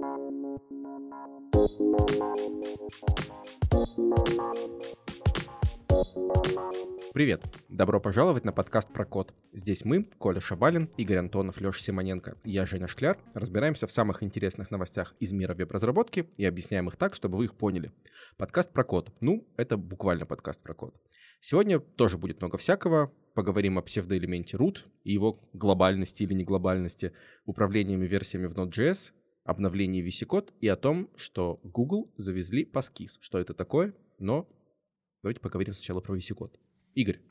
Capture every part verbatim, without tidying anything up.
Привет! Добро пожаловать на подкаст про код. Здесь мы, Коля Шабалин, Игорь Антонов, Леша Симоненко и я, Женя Шкляр, разбираемся в самых интересных новостях из мира веб-разработки и объясняем их так, чтобы вы их поняли. Подкаст про код. Ну, это буквально подкаст про код. Сегодня тоже будет много всякого. Поговорим о псевдоэлементе root и его глобальности или неглобальности, управлениями версиями в Node.js, обновлении ви си-код и о том, что Google завезли Passkey. Что это такое? Но давайте поговорим сначала про ви си-код. Игорь,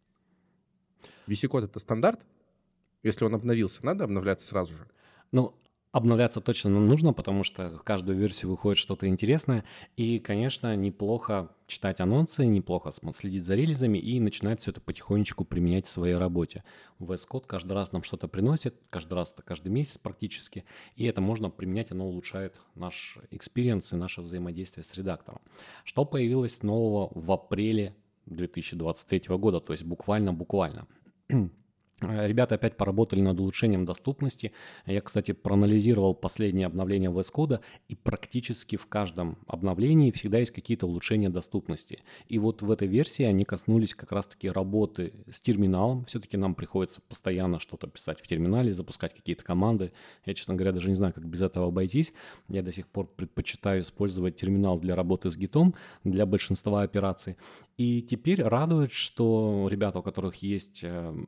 ви си-код — это стандарт? Если он обновился, надо обновляться сразу же? Ну, обновляться точно нам нужно, потому что в каждую версию выходит что-то интересное. И, конечно, неплохо читать анонсы, неплохо следить за релизами и начинать все это потихонечку применять в своей работе. ви эс Code каждый раз нам что-то приносит, каждый раз, каждый месяц практически. И это можно применять, оно улучшает наш экспириенс и наше взаимодействие с редактором. Что появилось нового в апреле две тысячи двадцать третьего года, то есть буквально-буквально. Ребята опять поработали над улучшением доступности. Я, кстати, проанализировал последние обновления ви эс Code, и практически в каждом обновлении всегда есть какие-то улучшения доступности. И вот в этой версии они коснулись как раз-таки работы с терминалом. Все-таки нам приходится постоянно что-то писать в терминале, запускать какие-то команды. Я, честно говоря, даже не знаю, как без этого обойтись. Я до сих пор предпочитаю использовать терминал для работы с гитом, для большинства операций. И теперь радует, что ребята, у которых есть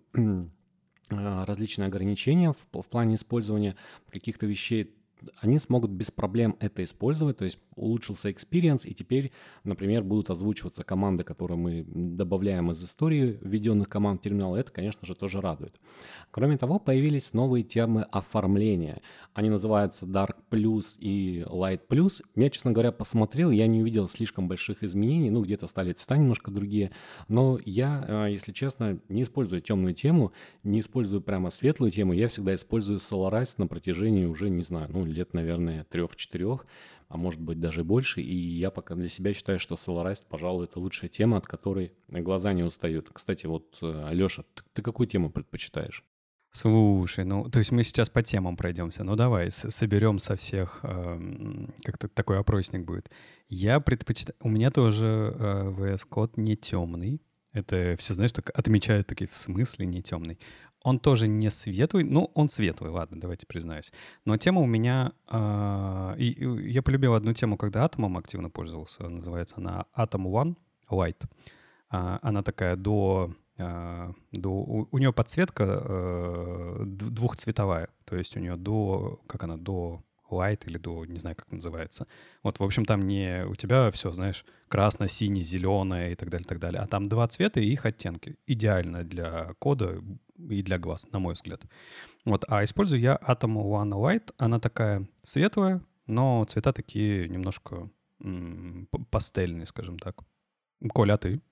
различные ограничения в, в плане использования каких-то вещей, они смогут без проблем это использовать, то есть улучшился experience, и теперь, например, будут озвучиваться команды, которые мы добавляем из истории введенных команд в терминал. Это, конечно же, тоже радует. Кроме того, появились новые темы оформления. Они называются Dark Plus и Light Plus. Я, честно говоря, посмотрел, я не увидел слишком больших изменений, ну, где-то стали цвета немножко другие, но я, если честно, не использую темную тему, не использую прямо светлую тему, я всегда использую Solarized на протяжении уже, не знаю, ну, лет, наверное, трех-четырех, а может быть даже больше, и я пока для себя считаю, что Solarized, пожалуй, это лучшая тема, от которой глаза не устают. Кстати, вот, Леша, ты, ты какую тему предпочитаешь? Слушай, ну, то есть мы сейчас по темам пройдемся. Ну, давай, с- соберем со всех, э, как-то такой опросник будет. Я предпочитаю... У меня тоже э, ви эс Code не темный. Это все, знаешь, так отмечают такие, в смысле не темный. Он тоже не светлый, ну, он светлый, ладно, давайте признаюсь. Но тема у меня... э, и, и я полюбил одну тему, когда атомом активно пользовался. Называется она Atom One Light. А, она такая до... Uh, до, у, у нее подсветка uh, двухцветовая, то есть у нее до, как она, до light или до, не знаю, как называется. Вот, в общем, там не у тебя все, знаешь, красно, синий, зеленое и так далее, так далее, а там два цвета и их оттенки. Идеально для кода и для глаз, на мой взгляд. Вот, а использую я Atom One Light, она такая светлая, но цвета такие немножко м- пастельные, скажем так. Коля, а ты?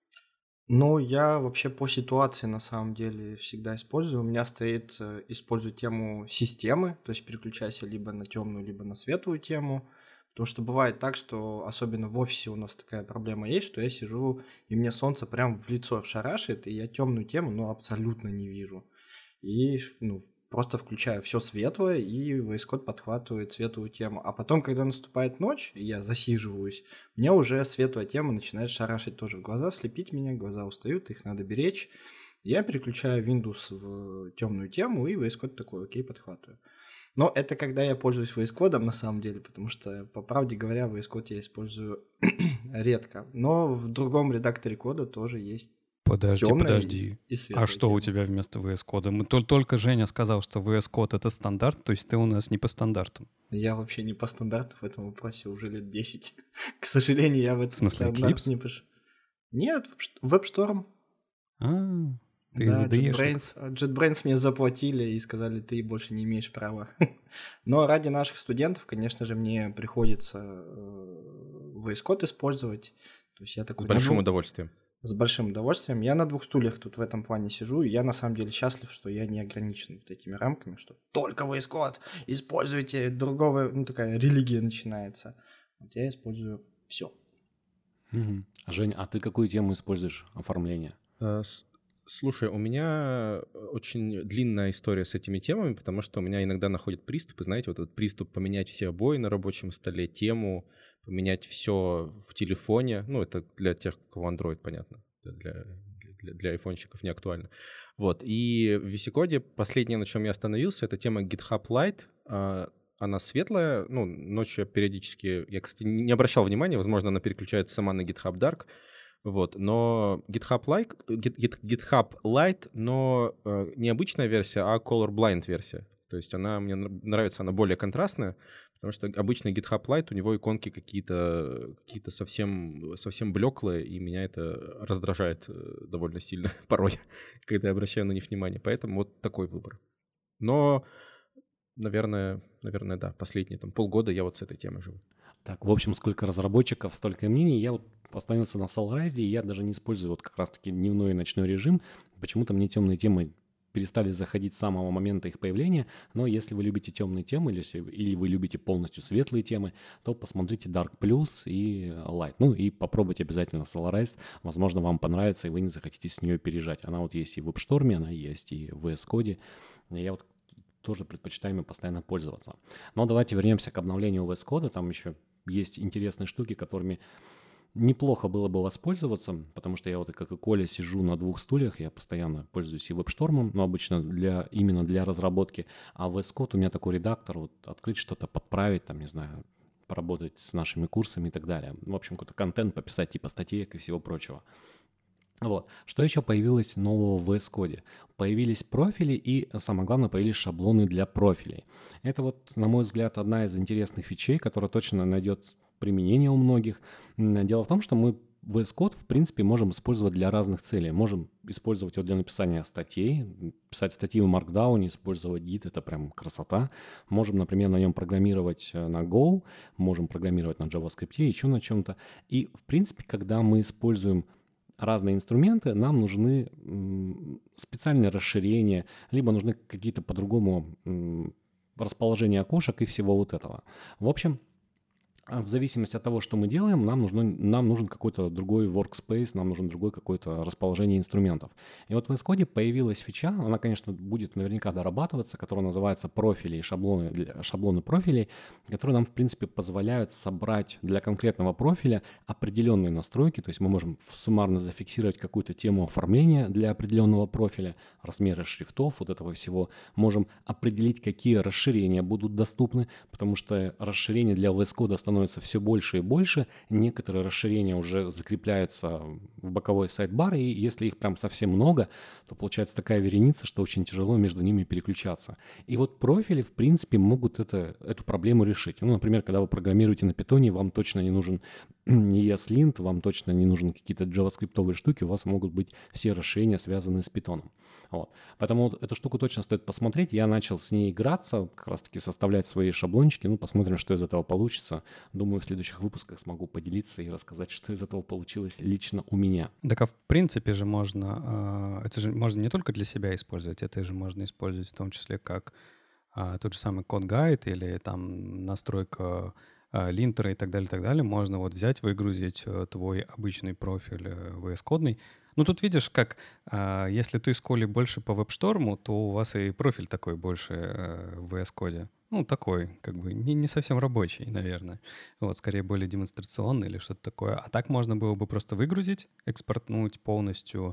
Ну, я вообще по ситуации на самом деле всегда использую. У меня стоит, э, использую тему системы, то есть переключайся либо на темную, либо на светлую тему. Потому что бывает так, что особенно в офисе у нас такая проблема есть, что я сижу, и мне солнце прям в лицо шарашит, и я темную тему, ну, абсолютно не вижу. И, ну, просто включаю все светлое, и ви эс Code подхватывает светлую тему. А потом, когда наступает ночь, и я засиживаюсь, мне уже светлая тема начинает шарашить тоже в глаза, слепить меня, глаза устают, их надо беречь. Я переключаю Windows в темную тему, и ви эс Code такой, окей, подхватываю. Но это когда я пользуюсь ви эс Code на самом деле, потому что, по правде говоря, ви эс Code я использую редко. Но в другом редакторе кода тоже есть Подожди, темная подожди. и, и А светлая что тема. у тебя вместо ви эс Code? Мы тол- только Женя сказал, что ви эс Code — это стандарт, то есть ты у нас не по стандартам. Я вообще не по стандарту в этом вопросе уже лет десять. К сожалению, я в В этот смысле, стандарт Eclipse? не пошел. Нет, WebStorm. А, ты из Да, эй ди-шек. JetBrains. JetBrains мне заплатили и сказали, ты больше не имеешь права. Но ради наших студентов, конечно же, мне приходится э, ви эс Code использовать. То есть я такой С большим ну, удовольствием. С большим удовольствием. Я на двух стульях тут в этом плане сижу, и я на самом деле счастлив, что я не ограничен вот этими рамками, что только ви эс Code, используйте другого, ну такая религия начинается. Вот я использую все. Угу. Жень, а ты какую тему используешь оформления? Э, с- Слушай, у меня очень длинная история с этими темами, потому что у меня иногда находят приступы, знаете, вот этот приступ поменять все обои на рабочем столе, тему, поменять все в телефоне. Ну, это для тех, у кого Android, понятно, для, для, для айфонщиков не актуально. Вот, и в VS-Code последнее, на чем я остановился, это тема GitHub Lite. Она светлая, ну, ночью я периодически... Я, кстати, не обращал внимания, возможно, она переключается сама на GitHub Dark. Вот, но GitHub Lite, GitHub Lite, но э, не обычная версия, а colorblind версия. То есть она мне нравится, она более контрастная, потому что обычный GitHub Lite, у него иконки какие-то, какие-то совсем, совсем блеклые, и меня это раздражает довольно сильно порой, когда я обращаю на них внимание. Поэтому вот такой выбор. Но, наверное, наверное, да, последние там полгода я вот с этой темой живу. Так, в общем, сколько разработчиков, столько и мнений. Я вот остановился на Solrise, и я даже не использую вот как раз-таки дневной и ночной режим. Почему-то мне темные темы перестали заходить с самого момента их появления, но если вы любите темные темы или, или вы любите полностью светлые темы, то посмотрите Dark Plus и Light. Ну и попробуйте обязательно Solrise, возможно, вам понравится, и вы не захотите с нее переезжать. Она вот есть и в WebStorm, она есть и в ви эс Code. Я вот тоже предпочитаю ими постоянно пользоваться. Но давайте вернемся к обновлению ви эс Code. Там еще есть интересные штуки, которыми неплохо было бы воспользоваться, потому что я вот как и Коля сижу на двух стульях, я постоянно пользуюсь и WebStorm, но обычно для, именно для разработки, а в ви эс Code у меня такой редактор, вот открыть что-то, подправить, там, не знаю, поработать с нашими курсами и так далее. В общем, какой-то контент пописать типа статеек и всего прочего. Вот. Что еще появилось нового в ви эс Code? Появились профили и, самое главное, появились шаблоны для профилей. Это вот, на мой взгляд, одна из интересных фичей, которая точно найдет применение у многих. Дело в том, что мы ви эс Code, в принципе, можем использовать для разных целей. Можем использовать его для написания статей, писать статьи в Markdown, использовать гит, это прям красота. Можем, например, на нем программировать на Go, можем программировать на JavaScript, еще на чем-то. И, в принципе, когда мы используем разные инструменты, нам нужны специальные расширения, либо нужны какие-то по-другому расположения окошек и всего вот этого. В общем, в зависимости от того, что мы делаем, нам, нужно, нам нужен какой-то другой workspace, нам нужен другой какое-то расположение инструментов. И вот в ви эс Code появилась фича, она, конечно, будет наверняка дорабатываться, которая называется профили и шаблоны, шаблоны профилей, которые нам, в принципе, позволяют собрать для конкретного профиля определенные настройки, то есть мы можем суммарно зафиксировать какую-то тему оформления для определенного профиля, размеры шрифтов, вот этого всего. Можем определить, какие расширения будут доступны, потому что расширения для ви эс Code становятся все больше и больше. Некоторые расширения уже закрепляются в боковой сайдбар, и если их прям совсем много, то получается такая вереница, что очень тяжело между ними переключаться. И вот профили, в принципе, могут это, эту проблему решить. Ну, например, когда вы программируете на питоне, вам точно не нужен и эс линт, вам точно не нужны какие-то джаваскриптовые штуки, у вас могут быть все расширения, связанные с питоном. Вот. Поэтому вот эту штуку точно стоит посмотреть. Я начал с ней играться, как раз-таки составлять свои шаблончики. Ну, посмотрим, что из этого получится. Думаю, в следующих выпусках смогу поделиться и рассказать, что из этого получилось лично у меня. Так, а в принципе же можно, это же можно не только для себя использовать, это же можно использовать в том числе как тот же самый код-гайд или там настройка линтера и так далее, и так далее. Можно вот взять, выгрузить твой обычный профиль ви эс-кодный. Ну, тут видишь, как если ты с Колей больше по WebStorm, то у вас и профиль такой больше в ви эс-коде. Ну, такой, как бы, не, не совсем рабочий, наверное. Вот, скорее более демонстрационный или что-то такое. А так можно было бы просто выгрузить, экспортнуть полностью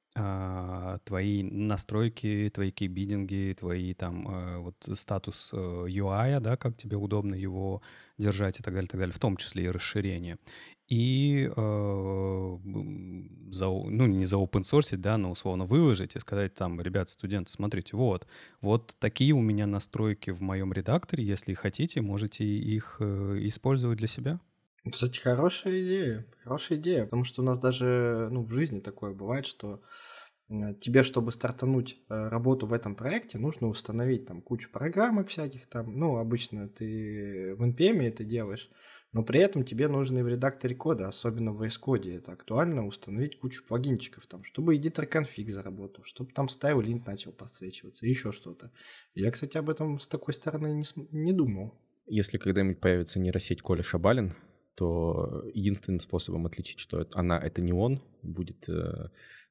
а, твои настройки, твои кейбидинги, твои там а, вот статус а, ю ай, да, как тебе удобно его держать и так далее, и так далее, в том числе и расширение. И, э, за, ну, не за open-source, да, но условно выложить и сказать там, ребят, студенты, смотрите, вот, вот такие у меня настройки в моем редакторе, если хотите, можете их э, использовать для себя. Кстати, хорошая идея, хорошая идея, потому что у нас даже, ну, в жизни такое бывает, что тебе, чтобы стартануть работу в этом проекте, нужно установить там кучу программок всяких там, ну, обычно ты в эн пи эм это делаешь, но при этом тебе нужно и в редакторе кода, особенно в ви эс-коде, это актуально, установить кучу плагинчиков, там, чтобы editor config заработал, чтобы там style-lint начал подсвечиваться, еще что-то. Я, кстати, об этом с такой стороны не, не думал. Если когда-нибудь появится нейросеть Коля Шабалин, то единственным способом отличить, что это, она — это не он, будет э,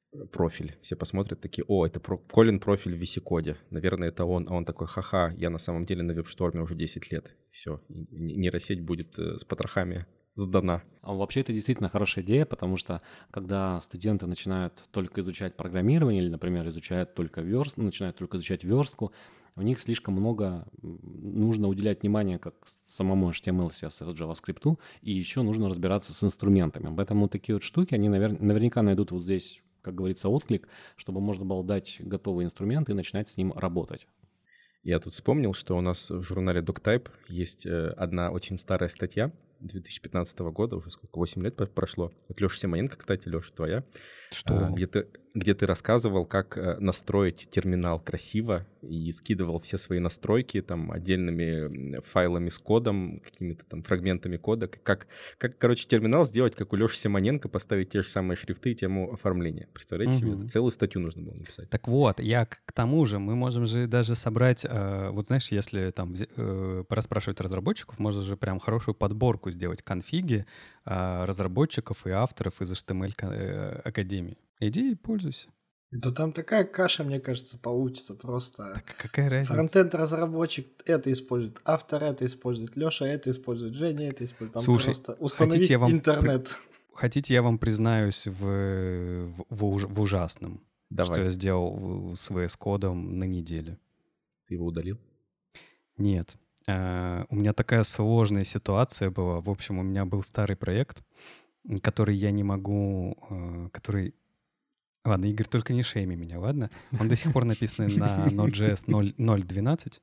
профиль. Все посмотрят такие, о, это про... Колин профиль в ви си Code. Наверное, это он. А он такой, ха-ха, я на самом деле на веб-шторме уже десять лет. Все, нейросеть будет с потрохами сдана. А вообще это действительно хорошая идея, потому что когда студенты начинают только изучать программирование или, например, изучают только верст, начинают только изучать верстку, у них слишком много нужно уделять внимание как самому эйч ти эм эл, си эс эс, JavaScript, и еще нужно разбираться с инструментами. Поэтому такие вот штуки, они навер... наверняка найдут вот здесь, как говорится, отклик, чтобы можно было дать готовый инструмент и начинать с ним работать. Я тут вспомнил, что у нас в журнале DocType есть одна очень старая статья две тысячи пятнадцатого года, уже сколько, восемь лет прошло. Это Леша Симоненко, кстати, Леша, твоя. Что? Где ты, где ты рассказывал, как настроить терминал красиво и скидывал все свои настройки там отдельными файлами с кодом, какими-то там фрагментами кода. Как, как короче, терминал сделать, как у Леши Симоненко, поставить те же самые шрифты и тему оформления. Представляете Угу. себе? Целую статью нужно было написать. Так вот, я к, к тому же, мы можем же даже собрать, э, вот знаешь, если там э, порасспрашивать разработчиков, можно же прям хорошую подборку сделать конфиги э, разработчиков и авторов из эйч ти эм эль-академии. Иди и пользуйся. Да там такая каша, мне кажется, получится просто. Так какая разница? Фронтенд-разработчик это использует, автор это использует, Леша это использует, Женя это использует. Там Слушай, просто установить хотите, я вам интернет. При... Хотите, я вам признаюсь в, в, в, уж... в ужасном, Давай. что я сделал с ви эс Кодом на неделю. Ты его удалил? Нет. Uh, у меня такая сложная ситуация была. В общем, у меня был старый проект, который я не могу... Uh, который... Ладно, Игорь, только не шейми меня, ладно? Он до сих пор написан на Node.js ноль точка двенадцать.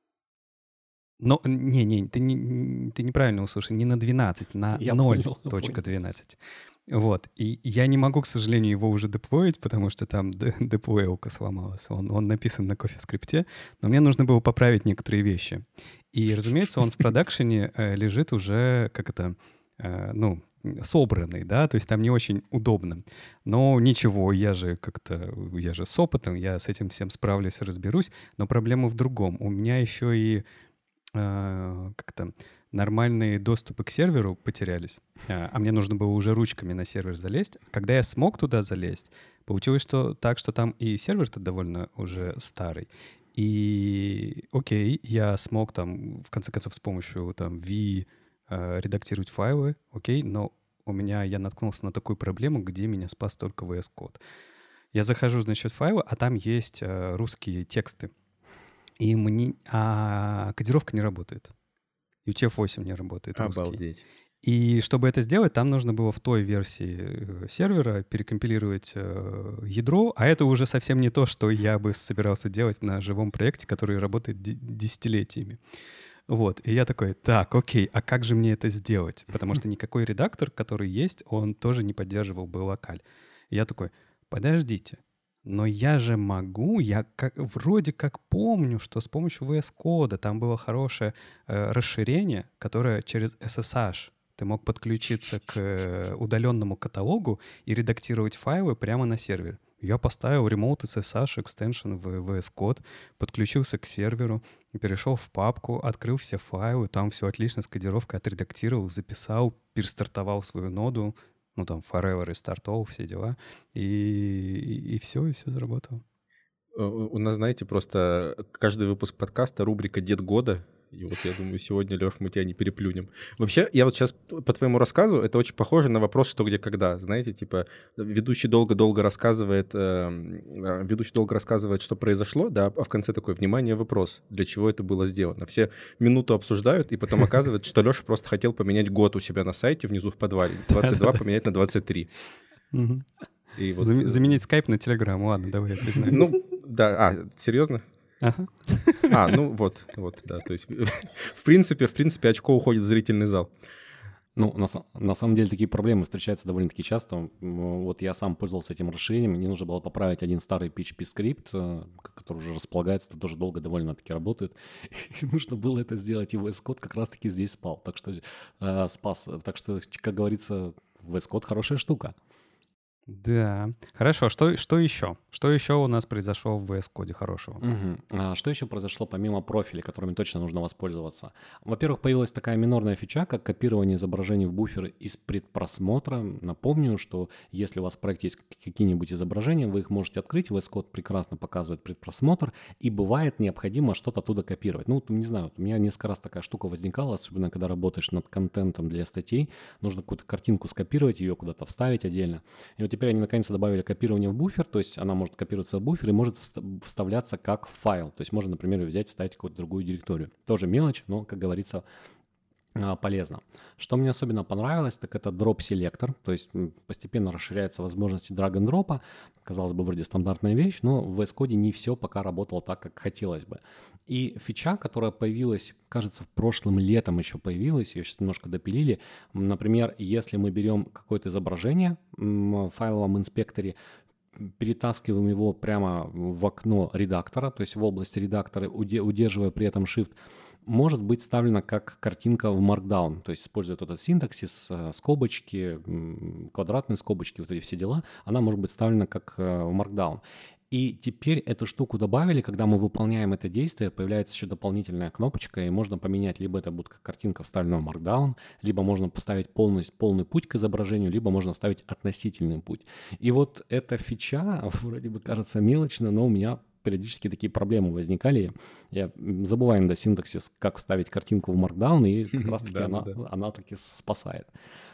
Но, не, не, ты, не, ты неправильно услышал, не на двенадцать, на ноль точка двенадцать. Вот, и я не могу, к сожалению, его уже деплоить, потому что там деплоилка сломалась. Он, он написан на CoffeeScript, но мне нужно было поправить некоторые вещи. И, разумеется, он в продакшене э, лежит уже, как это, э, ну, собранный, да, то есть там не очень удобно. Но ничего, я же как-то, я же с опытом, я с этим всем справлюсь, разберусь. Но проблема в другом. У меня еще и э, как-то нормальные доступы к серверу потерялись, э, а мне нужно было уже ручками на сервер залезть. Когда я смог туда залезть, получилось что так, что там и сервер-то довольно уже старый. И окей, я смог там, в конце концов, с помощью там ви редактировать файлы, окей, но у меня, я наткнулся на такую проблему, где меня спас только ви эс Code. Я захожу, значит, в файлы, а там есть э, русские тексты. И мне... А кодировка не работает. ю ти эф восемь не работает. Обалдеть. Русский. И чтобы это сделать, там нужно было в той версии сервера перекомпилировать э, ядро, а это уже совсем не то, что я бы собирался делать на живом проекте, который работает д- десятилетиями. Вот, и я такой, так, окей, а как же мне это сделать? Потому что никакой редактор, который есть, он тоже не поддерживал бы локаль. И я такой, подождите, но я же могу, я как, вроде как помню, что с помощью ви эс Code там было хорошее э, расширение, которое через эс эс эйч ты мог подключиться к э, удаленному каталогу и редактировать файлы прямо на сервере. Я поставил Remote эс эс эйч extension в ви эс Code, подключился к серверу, перешел в папку, открыл все файлы, там все отлично с кодировкой, отредактировал, записал, перестартовал свою ноду, ну там forever, restart all, все дела, и, и, и все, и все заработало. У нас, знаете, просто каждый выпуск подкаста рубрика «Дед года». И вот я думаю, сегодня, Лёш, мы тебя не переплюнем. Вообще, я вот сейчас по твоему рассказу, это очень похоже на вопрос «что, где, когда». Знаете, типа ведущий долго-долго рассказывает, э, ведущий долго рассказывает, что произошло, да, а в конце такой, внимание, вопрос, для чего это было сделано. Все минуту обсуждают, и потом оказывается, что Лёша просто хотел поменять год у себя на сайте внизу в подвале. двадцать два поменять на двадцать три. И вот... Заменить скайп на телеграм, ладно, давай я признаю. Ну, да, а, серьезно? Ага. А, ну вот, вот, да, то есть в принципе, в принципе очко уходит в зрительный зал. Ну, на, на самом деле такие проблемы встречаются довольно-таки часто. Вот я сам пользовался этим расширением, мне нужно было поправить один старый пи эйч пи-скрипт, который уже располагается, это тоже долго довольно-таки работает. И нужно было это сделать, и ви эс Code как раз-таки здесь спал, так что э, спас. Так что, как говорится, ви эс Code хорошая штука. Да. Хорошо, что, что еще? Что еще у нас произошло в ви эс Code хорошего? Мгм. А что еще произошло помимо профилей, которыми точно нужно воспользоваться? Во-первых, появилась такая минорная фича, как копирование изображений в буфер из предпросмотра. Напомню, что если у вас в проекте есть какие-нибудь изображения, вы их можете открыть, ви эс Code прекрасно показывает предпросмотр, и бывает необходимо что-то оттуда копировать. Ну, не знаю, у меня несколько раз такая штука возникала, особенно когда работаешь над контентом для статей, нужно какую-то картинку скопировать, ее куда-то вставить отдельно. И вот теперь они наконец-то добавили копирование в буфер, то есть она может копироваться в буфер и может вставляться как файл. То есть можно, например, взять, вставить в какую-то другую директорию. Тоже мелочь, но, как говорится, полезно. Что мне особенно понравилось, так это дроп-селектор, то есть постепенно расширяются возможности drag-and-drop. Казалось бы, вроде стандартная вещь, но в ви эс Code не все пока работало так, как хотелось бы. И фича, которая появилась, кажется, в прошлом летом еще появилась, ее сейчас немножко допилили. Например, если мы берем какое-то изображение в файловом инспекторе, перетаскиваем его прямо в окно редактора, то есть в область редактора, удерживая при этом Shift, может быть вставлена как картинка в Markdown, то есть используя этот синтаксис, скобочки, квадратные скобочки, вот эти все дела, она может быть вставлена как в Markdown. И теперь эту штуку добавили, когда мы выполняем это действие, появляется еще дополнительная кнопочка, и можно поменять, либо это будет как картинка вставлена в Markdown, либо можно поставить полный, полный путь к изображению, либо можно вставить относительный путь. И вот эта фича, вроде бы кажется мелочно, но у меня периодически такие проблемы возникали. Я забываю иногда синтаксис, как вставить картинку в Markdown, и как раз-таки она, она таки спасает.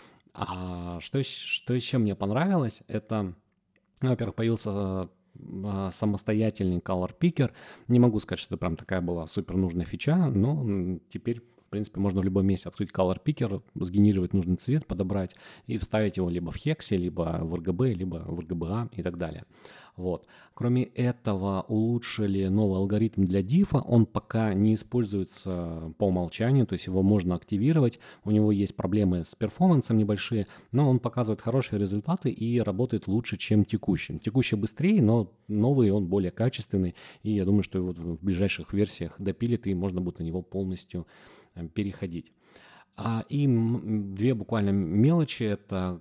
А что, что еще мне понравилось, это, во-первых, появился самостоятельный color picker. Не могу сказать, что это прям такая была супер нужная фича, но теперь, в принципе, можно в любом месте открыть color picker, сгенерировать нужный цвет, подобрать и вставить его либо в хексе, либо в эр джи би, либо в эр джи би эй и так далее. Вот. Кроме этого, улучшили новый алгоритм для дифа. Он пока не используется по умолчанию, то есть его можно активировать. У него есть проблемы с перформансом небольшие, но он показывает хорошие результаты и работает лучше, чем текущий. Текущий быстрее, но новый он более качественный. И я думаю, что его в ближайших версиях допилит, и можно будет на него полностью переходить. И две буквально мелочи. Это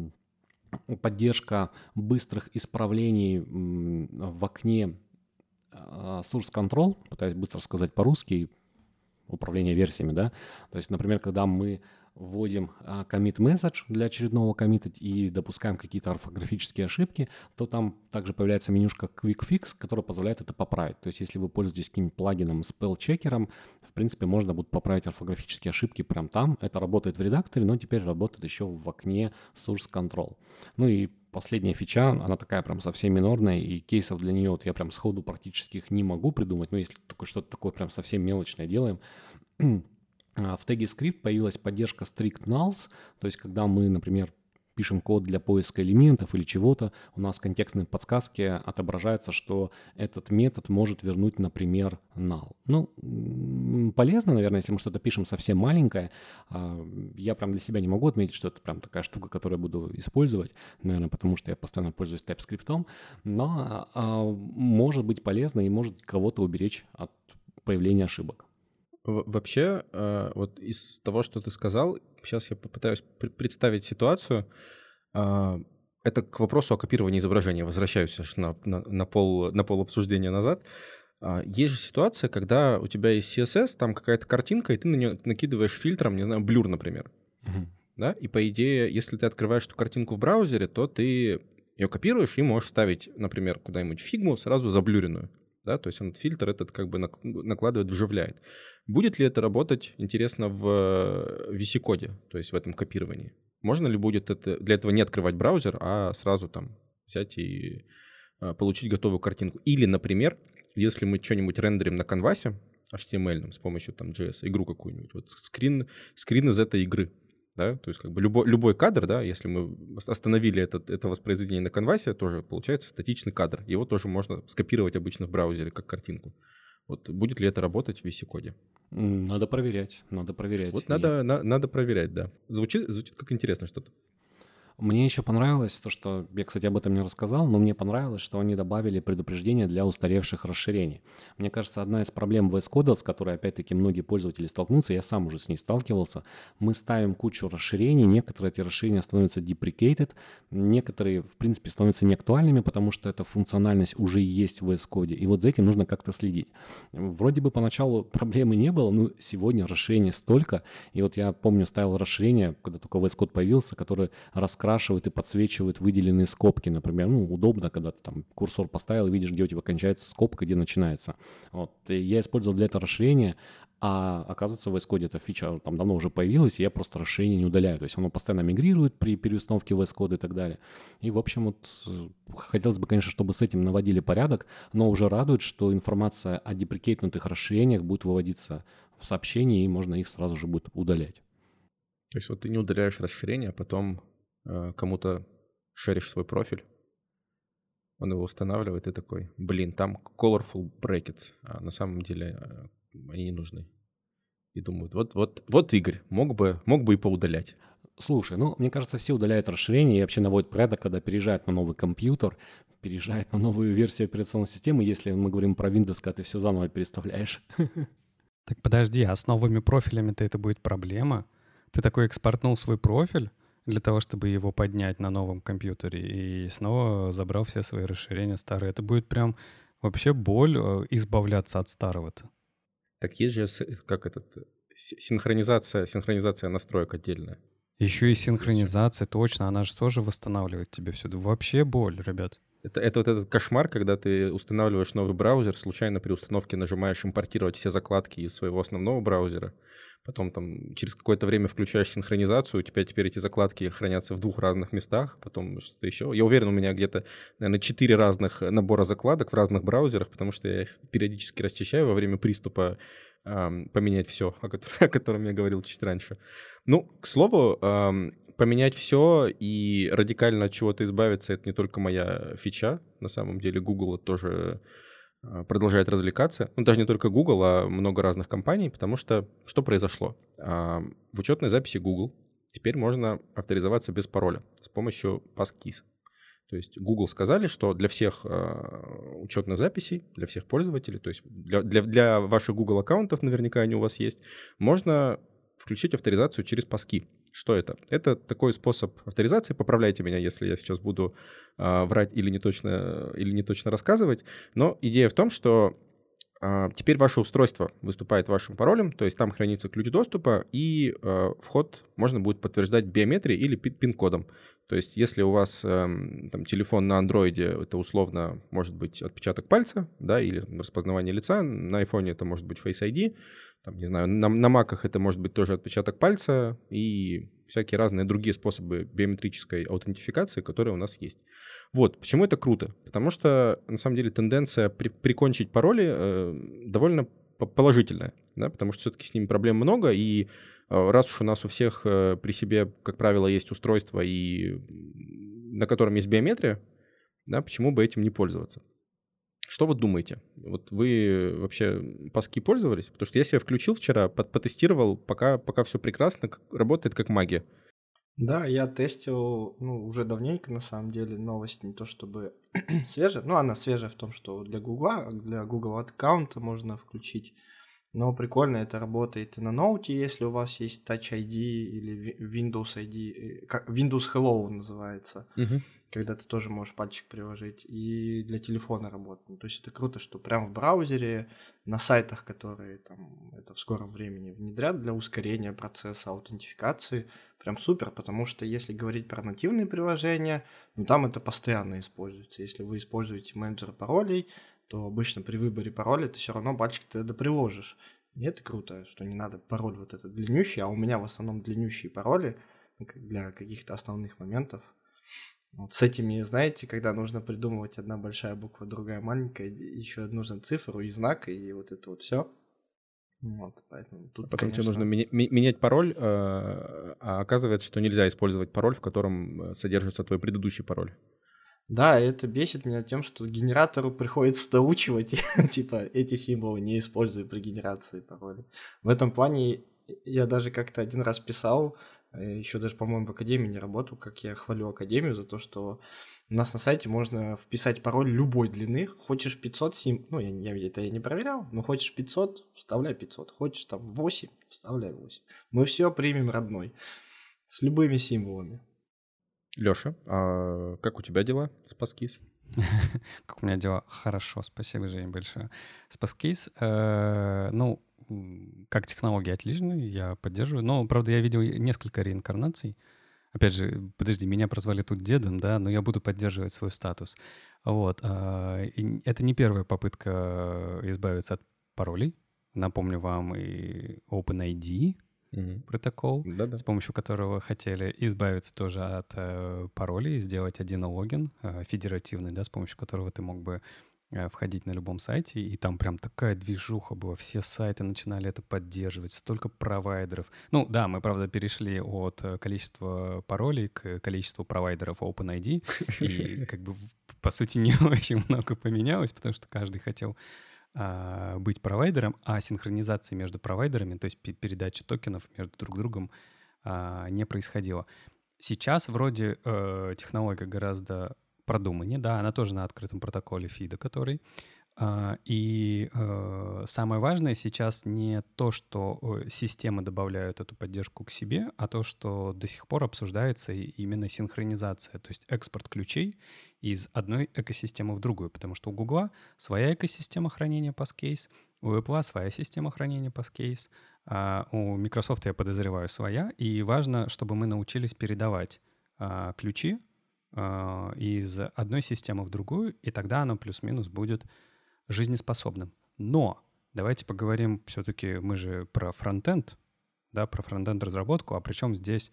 поддержка быстрых исправлений в окне Source Control, пытаюсь быстро сказать по-русски, управление версиями, да. То есть, например, когда мы вводим commit message для очередного коммита и допускаем какие-то орфографические ошибки, то там также появляется менюшка Quick Fix, которая позволяет это поправить. То есть если вы пользуетесь каким-нибудь плагином, spell-чекером, в принципе, можно будет поправить орфографические ошибки прямо там. Это работает в редакторе, но теперь работает еще в окне Source Control. Ну и последняя фича, она такая прям совсем минорная, и кейсов для нее вот я прям сходу практически их не могу придумать, но если только что-то такое прям совсем мелочное делаем, в теге скрипт появилась поддержка strict nulls, то есть когда мы, например, пишем код для поиска элементов или чего-то, у нас в контекстной подсказке отображается, что этот метод может вернуть, например, null. Ну, полезно, наверное, если мы что-то пишем совсем маленькое. Я прям для себя не могу отметить, что это прям такая штука, которую я буду использовать, наверное, потому что я постоянно пользуюсь TypeScript, но может быть полезно и может кого-то уберечь от появления ошибок. Вообще, вот из того, что ты сказал, сейчас я попытаюсь представить ситуацию. Это к вопросу о копировании изображения. Возвращаюсь аж на, на, на, пол, на пол обсуждения назад. Есть же ситуация, когда у тебя есть си эс эс, там какая-то картинка, и ты на нее накидываешь фильтром, не знаю, блюр, например. Uh-huh. Да? И по идее, если ты открываешь эту картинку в браузере, то ты ее копируешь и можешь вставить, например, куда-нибудь фигму сразу заблюренную. Да, то есть он фильтр этот как бы накладывает, вживляет. Будет ли это работать, интересно, в ви си-коде, то есть в этом копировании? Можно ли будет это, для этого не открывать браузер, а сразу там взять и а, получить готовую картинку? Или, например, если мы что-нибудь рендерим на канвасе эйч ти эм эль с помощью там джей эс, игру какую-нибудь, вот скрин, скрин из этой игры, да, то есть как бы любой, любой кадр, да, если мы остановили этот, это воспроизведение на канвасе, тоже получается статичный кадр. Его тоже можно скопировать обычно в браузере как картинку. Вот будет ли это работать в ви си-коде? Надо проверять, надо проверять. Вот и... надо, на, надо проверять, да. Звучит, звучит как интересно что-то. Мне еще понравилось то, что, я, кстати, об этом не рассказал, но мне понравилось, что они добавили предупреждение для устаревших расширений. Мне кажется, одна из проблем ви эс Code, с которой, опять-таки, многие пользователи столкнутся, я сам уже с ней сталкивался, мы ставим кучу расширений, некоторые эти расширения становятся deprecated, некоторые, в принципе, становятся неактуальными, потому что эта функциональность уже есть в ви эс Code, и вот за этим нужно как-то следить. Вроде бы поначалу проблемы не было, но сегодня расширений столько, и вот я помню, ставил расширение, когда только ви эс Code появился, который раскрашивает и подсвечивают выделенные скобки, например. Ну, удобно, когда ты там курсор поставил и видишь, где у тебя кончается скобка, где начинается. Вот. И я использовал для этого расширение, а оказывается, в ви эс Code эта фича там давно уже появилась, и я просто расширение не удаляю. То есть оно постоянно мигрирует при переустановке ви эс Code и так далее. И, в общем, вот хотелось бы, конечно, чтобы с этим наводили порядок, но уже радует, что информация о деприкейтнутых расширениях будет выводиться в сообщении, и можно их сразу же будет удалять. То есть вот ты не удаляешь расширение, а потом кому-то шеришь свой профиль, он его устанавливает и такой, блин, там colorful brackets, а на самом деле они не нужны. И думают, вот, вот, вот Игорь, мог бы, мог бы и поудалять. Слушай, ну, мне кажется, все удаляют расширения и вообще наводят порядок, когда переезжают на новый компьютер, переезжают на новую версию операционной системы, если мы говорим про Windows, когда ты все заново переставляешь. Так подожди, а с новыми профилями-то это будет проблема? Ты такой экспортнул свой профиль для того, чтобы его поднять на новом компьютере, и снова забрал все свои расширения старые. Это будет прям вообще боль избавляться от старого-то. Так есть же, как этот, синхронизация, синхронизация настроек отдельная. Еще и синхронизация, точно, она же тоже восстанавливает тебе все. Вообще боль, ребят. Это, это вот этот кошмар, когда ты устанавливаешь новый браузер, случайно при установке нажимаешь импортировать все закладки из своего основного браузера, потом там через какое-то время включаешь синхронизацию, у тебя теперь эти закладки хранятся в двух разных местах, потом что-то еще. Я уверен, у меня где-то, наверное, четыре разных набора закладок в разных браузерах, потому что я их периодически расчищаю во время приступа эм, поменять все, о котором, о котором я говорил чуть раньше. Ну, к слову, эм, поменять все и радикально от чего-то избавиться — это не только моя фича. На самом деле Google тоже продолжает развлекаться. Ну, даже не только Google, а много разных компаний, потому что что произошло? В учетной записи Google теперь можно авторизоваться без пароля с помощью Passkeys. То есть Google сказали, что для всех учетных записей, для всех пользователей, то есть для, для, для ваших Google аккаунтов, наверняка они у вас есть, можно включить авторизацию через Passkey. Что это? Это такой способ авторизации. Поправляйте меня, если я сейчас буду э, врать или не точно, или не точно рассказывать. Но идея в том, что э, теперь ваше устройство выступает вашим паролем, то есть там хранится ключ доступа, и э, вход можно будет подтверждать биометрией или пин-кодом. То есть если у вас э, там, телефон на андроиде, это условно может быть отпечаток пальца, да, или распознавание лица, на айфоне это может быть Face ай ди, там, не знаю, на, на маках это может быть тоже отпечаток пальца и всякие разные другие способы биометрической аутентификации, которые у нас есть. Вот, почему это круто? Потому что, на самом деле, тенденция при, прикончить пароли э, довольно положительная, да, потому что все-таки с ними проблем много, и э, раз уж у нас у всех э, при себе, как правило, есть устройство, и, на котором есть биометрия, да, почему бы этим не пользоваться? Что вы думаете? Вот вы вообще Passkey пользовались? Потому что я себя включил вчера, потестировал, пока, пока все прекрасно, работает как магия. Да, я тестил, ну, уже давненько, на самом деле, новость не то чтобы свежая, ну, она свежая в том, что для Гугла, для Google аккаунта можно включить, но прикольно это работает и на ноуте, если у вас есть Touch ай ди или Windows ай ди, как Windows Hello называется, uh-huh. когда ты тоже можешь пальчик приложить, и для телефона работает. То есть это круто, что прямо в браузере, на сайтах, которые там это в скором времени внедрят для ускорения процесса аутентификации, прям супер, потому что если говорить про нативные приложения, ну там это постоянно используется. Если вы используете менеджер паролей, то обычно при выборе пароля ты все равно пальчик тогда приложишь. И это круто, что не надо пароль вот этот длиннющий, а у меня в основном длиннющие пароли для каких-то основных моментов. Вот с этими, знаете, когда нужно придумывать одна большая буква, другая маленькая, еще нужно цифру и знак, и вот это вот все. Вот, поэтому тут, а потом конечно... тебе нужно меня- менять пароль, а оказывается, что нельзя использовать пароль, в котором содержится твой предыдущий пароль. Да, это бесит меня тем, что генератору приходится доучивать, типа, эти символы не используй при генерации пароля. В этом плане я даже как-то один раз писал Еще даже, по-моему, в Академии не работал, как я хвалю Академию за то, что у нас на сайте можно вписать пароль любой длины. Хочешь пятьсот сим... Ну, я, я это я не проверял, но хочешь пятьсот, вставляй пятьсот. Хочешь там восемь, вставляй восемь. Мы все примем родной. С любыми символами. Лёша, а как у тебя дела с Passkey? Как у меня дела? Хорошо, спасибо, Женя, большое. С Passkey, э, ну, как технология отличная, я поддерживаю. Но, правда, я видел несколько реинкарнаций. Опять же, подожди, меня прозвали тут дедом, да, но я буду поддерживать свой статус. Вот. э, и это не первая попытка избавиться от паролей. Напомню вам и OpenID, Мгм. протокол, Да-да. с помощью которого хотели избавиться тоже от э, паролей, сделать один логин э, федеративный, да, с помощью которого ты мог бы э, входить на любом сайте, и там прям такая движуха была, все сайты начинали это поддерживать, столько провайдеров. Ну да, мы, правда, перешли от э, количества паролей к количеству провайдеров OpenID, и как бы в- по сути не очень много поменялось, потому что каждый хотел а, быть провайдером, а синхронизации между провайдерами, то есть пе- передача токенов между друг другом а, не происходило. Сейчас вроде э, технология гораздо продуманнее, да, она тоже на открытом протоколе фида, который. а, И э, самое важное сейчас не то, что э, системы добавляют эту поддержку к себе, а то, что до сих пор обсуждается и- именно синхронизация, то есть экспорт ключей из одной экосистемы в другую, потому что у Гугла своя экосистема хранения Passkey, у Apple своя система хранения Passkey, а у Microsoft, я подозреваю, своя, и важно, чтобы мы научились передавать а, ключи а, из одной системы в другую, и тогда оно плюс-минус будет жизнеспособным. Но давайте поговорим все-таки, мы же про фронтенд, да, про фронтенд-разработку, а причем здесь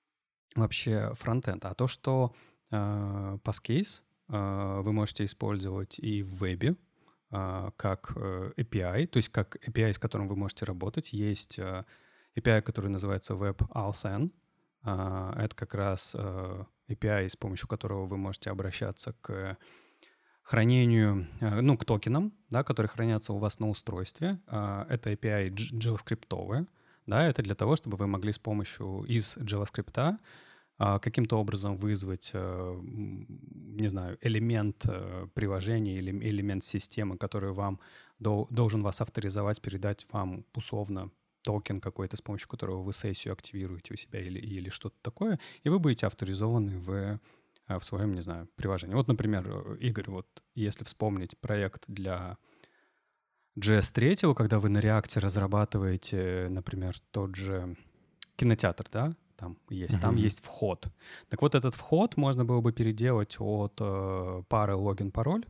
вообще фронтенд? А то, что э, Passkey э, вы можете использовать и в вебе, э, как э, эй пи ай, то есть как эй пи ай, с которым вы можете работать. Есть э, эй пи ай, который называется WebAuthn. Э, это как раз э, эй пи ай, с помощью которого вы можете обращаться к хранению, э, ну, к токенам, да, которые хранятся у вас на устройстве. Э, Это эй пи ай дж- JavaScript-овая, да, это для того, чтобы вы могли с помощью из JavaScript а, каким-то образом вызвать, э, м, не знаю, элемент э, приложения или элемент системы, который вам дол- должен вас авторизовать, передать вам условно токен какой-то, с помощью которого вы сессию активируете у себя или, или что-то такое, и вы будете авторизованы в, э, в своем, не знаю, приложении. Вот, например, э, Игорь, вот если вспомнить проект для джей эс три, когда вы на React разрабатываете, например, тот же кинотеатр, да, там есть, там Мгм. есть вход. Так вот, этот вход можно было бы переделать от э, пары логин-пароль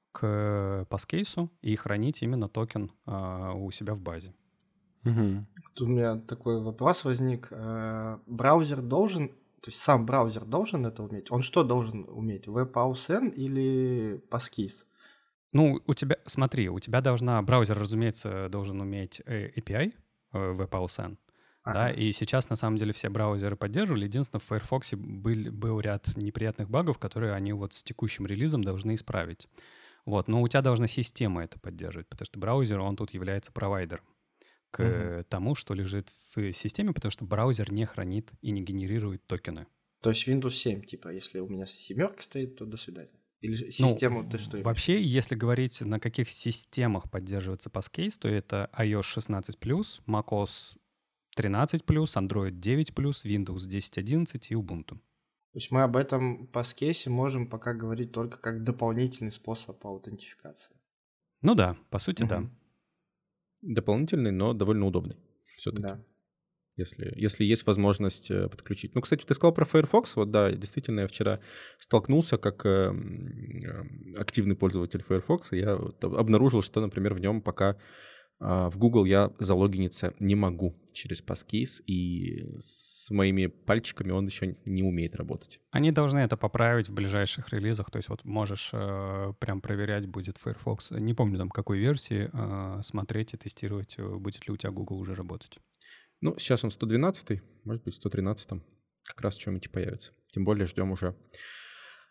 к паскейсу и хранить именно токен э, у себя в базе. Мгм. Тут у меня такой вопрос возник. Э, Браузер должен, то есть сам браузер должен это уметь? Он что должен уметь? WebAuthn или Passkey? Ну, у тебя, смотри, у тебя должна, браузер, разумеется, должен уметь э, эй пи ай, э, WebAuthn, да, Ага. и сейчас, на самом деле, все браузеры поддерживали. Единственное, в Firefox был, был ряд неприятных багов, которые они вот с текущим релизом должны исправить. Вот, но у тебя должна система это поддерживать, потому что браузер, он тут является провайдером к Мгм. тому, что лежит в системе, потому что браузер не хранит и не генерирует токены. То есть Windows семь, типа, если у меня семерка стоит, то до свидания. Или же Ну, систему в- ты что имеешь? вообще, если говорить, на каких системах поддерживается Passkey, то это iOS шестнадцать плюс, macOS тринадцать плюс, Android девять плюс, Windows десять одиннадцать и Ubuntu. То есть мы об этом Passkey можем пока говорить только как дополнительный способ аутентификации. Ну да, по сути, да. Мгм. Дополнительный, но довольно удобный все-таки. Да. Если, если есть возможность э, подключить. Ну, кстати, ты сказал про Firefox. Вот да, действительно, я вчера столкнулся как э, м, э, активный пользователь Firefox, и я вот об- обнаружил, что, например, в нем пока а, в Google я залогиниться не могу через Passkey, и с моими пальчиками он еще не умеет работать. Они должны это поправить в ближайших релизах, то есть вот можешь э, прям проверять, будет Firefox, не помню там какой версии, э, смотреть и тестировать, э, будет ли у тебя Google уже работать. Ну, сейчас он сто двенадцатый, может быть, сто тринадцатый как раз что-нибудь и появится. Тем более ждем уже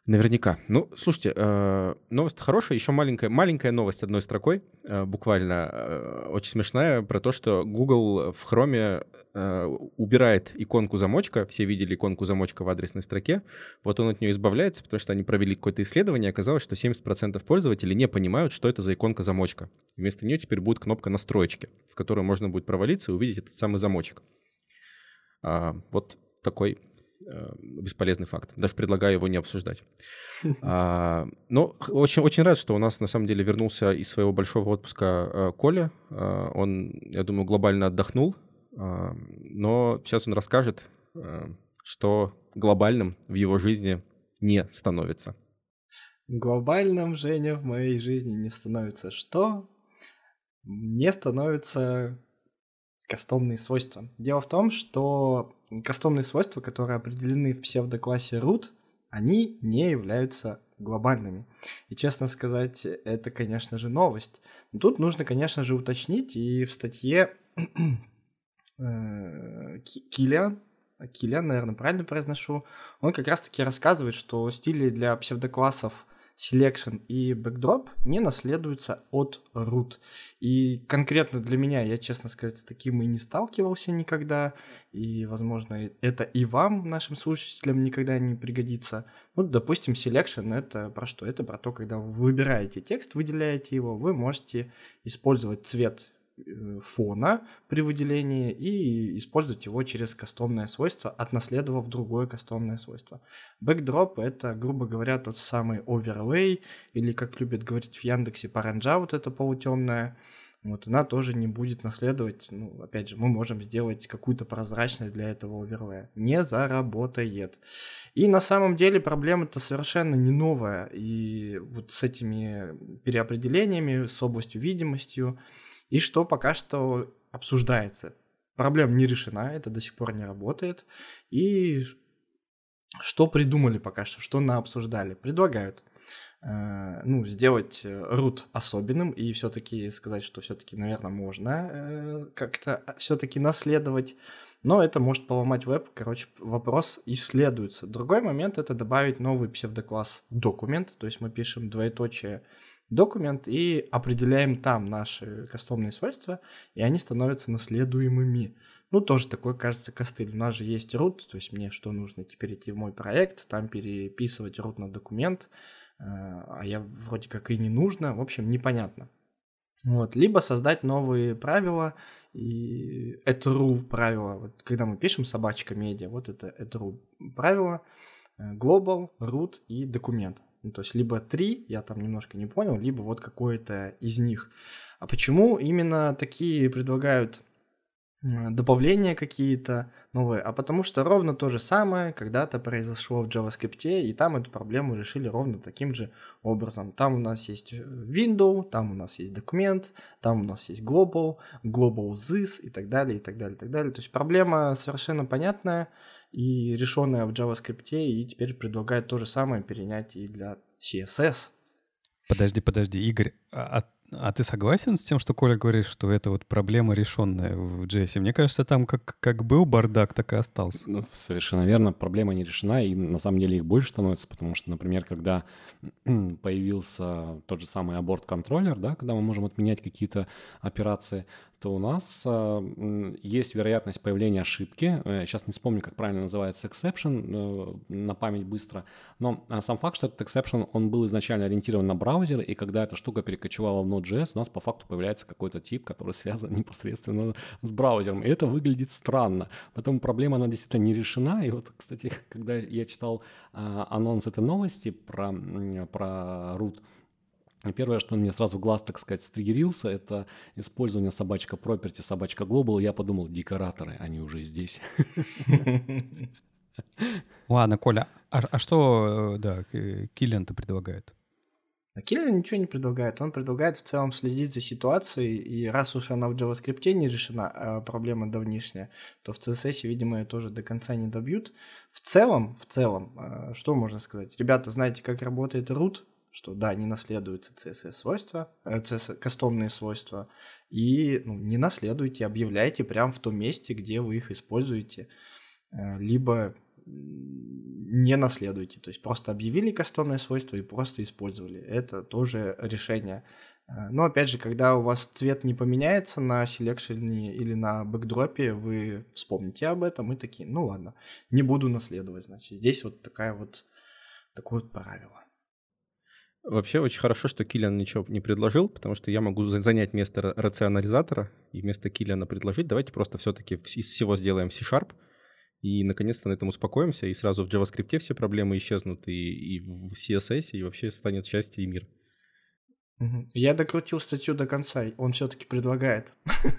Наверняка. Ну, слушайте, э, новость хорошая, еще маленькая, маленькая новость одной строкой, э, буквально э, очень смешная, про то, что Google в Chrome э, убирает иконку замочка. Все видели иконку замочка в адресной строке. Вот он от нее избавляется, потому что они провели какое-то исследование, и оказалось, что семьдесят процентов пользователей не понимают, что это за иконка замочка. Вместо нее теперь будет кнопка «Настроечки», в которую можно будет провалиться и увидеть этот самый замочек. А, вот такой бесполезный факт. Даже предлагаю его не обсуждать. А, но очень, очень рад, что у нас на самом деле вернулся из своего большого отпуска а, Коля. А, он, я думаю, глобально отдохнул, а, но сейчас он расскажет, а, что глобальным в его жизни не становится. Глобальным, Женя, в моей жизни не становится что? Не становятся кастомные свойства. Дело в том, что кастомные свойства, которые определены в псевдоклассе root, они не являются глобальными. И, честно сказать, это, конечно же, новость. Но тут нужно, конечно же, уточнить, и в статье Киллиан, Киллиан, наверное, правильно произношу, он как раз-таки рассказывает, что стили для псевдоклассов selection и backdrop не наследуются от root. И конкретно для меня, я, честно сказать, с таким и не сталкивался никогда. И, возможно, это и вам, нашим слушателям, никогда не пригодится. Ну, допустим, selection — это про что? Это про то, когда вы выбираете текст, выделяете его, вы можете использовать цвет фона при выделении и использовать его через кастомное свойство, отнаследовав другое кастомное свойство. Backdrop — это, грубо говоря, тот самый overlay, или, как любят говорить в Яндексе, паранджа, вот эта полутемная. Вот она тоже не будет наследовать. Ну, опять же, мы можем сделать какую-то прозрачность для этого оверлея. Не заработает. И на самом деле проблема-то совершенно не новая. И вот с этими переопределениями, с областью видимостью, и что пока что обсуждается. Проблема не решена, это до сих пор не работает. И что придумали пока что, что наобсуждали? Предлагают э, ну, сделать root особенным и все-таки сказать, что все-таки, наверное, можно э, как-то все-таки наследовать. Но это может поломать веб. Короче, вопрос исследуется. Другой момент — это добавить новый псевдокласс документ. То есть мы пишем двоеточие документ и определяем там наши кастомные свойства, и они становятся наследуемыми. Ну, тоже такой, кажется, костыль. У нас же есть root, то есть мне что нужно? Теперь идти в мой проект, там переписывать root на документ, а я вроде как и не нужно. В общем, непонятно. Вот. Либо создать новые правила, и etru правила. Вот, когда мы пишем собачка медиа, вот это etru правила, global, root и документ. Ну, то есть либо три, я там немножко не понял, либо вот какое-то из них. А почему именно такие предлагают добавления какие-то новые? А потому что ровно то же самое когда-то произошло в JavaScript, и там эту проблему решили ровно таким же образом. Там у нас есть window, там у нас есть документ, там у нас есть global, global this и так далее, и так далее, и так далее. То есть проблема совершенно понятная и решенная в JavaScript, и теперь предлагают то же самое перенять и для си эс эс. Подожди, подожди, Игорь, а, а ты согласен с тем, что Коля говорит, что это вот проблема решенная в джей эс? Мне кажется, там как, как был бардак, так и остался. Ну, совершенно верно, проблема не решена, и на самом деле их больше становится, потому что, например, когда появился тот же самый аборт-контроллер, да, когда мы можем отменять какие-то операции, то у нас э, есть вероятность появления ошибки. Сейчас не вспомню, как правильно называется exception, э, на память быстро. Но э, сам факт, что этот exception, он был изначально ориентирован на браузер, и когда эта штука перекочевала в Node.js, у нас по факту появляется какой-то тип, который связан непосредственно с браузером. И это выглядит странно. Поэтому проблема, она действительно не решена. И вот, кстати, когда я читал э, анонс этой новости про, про root, первое, что мне сразу в глаз, так сказать, стригерился, это использование собачка property, собачка global. Я подумал, декораторы, они уже здесь. Ладно, Коля, а, а что, да, Киллиан-то предлагает? А Киллиан ничего не предлагает. Он предлагает в целом следить за ситуацией, и раз уж она в JavaScript не решена, а проблема давнишняя, то в си эс эс, видимо, ее тоже до конца не добьют. В целом, в целом, что можно сказать? Ребята, знаете, как работает root? Что да, не наследуются си эс эс-свойства, э, си эс эс, кастомные свойства, и ну, не наследуйте, объявляйте прямо в том месте, где вы их используете. Либо не наследуйте. То есть просто объявили кастомное свойство и просто использовали. Это тоже решение. Но опять же, когда у вас цвет не поменяется на селекшене или на бэкдропе, вы вспомните об этом и такие, ну ладно, не буду наследовать. Значит, здесь вот такая вот, такое вот правило. Вообще очень хорошо, что Киллиан ничего не предложил, потому что я могу занять место рационализатора и вместо Киллиана предложить, давайте просто все-таки из всего сделаем C-Sharp, и наконец-то на этом успокоимся, и сразу в JavaScript все проблемы исчезнут, и, и в си эс эс, и вообще станет счастье и мир. Я докрутил статью до конца, он все-таки предлагает.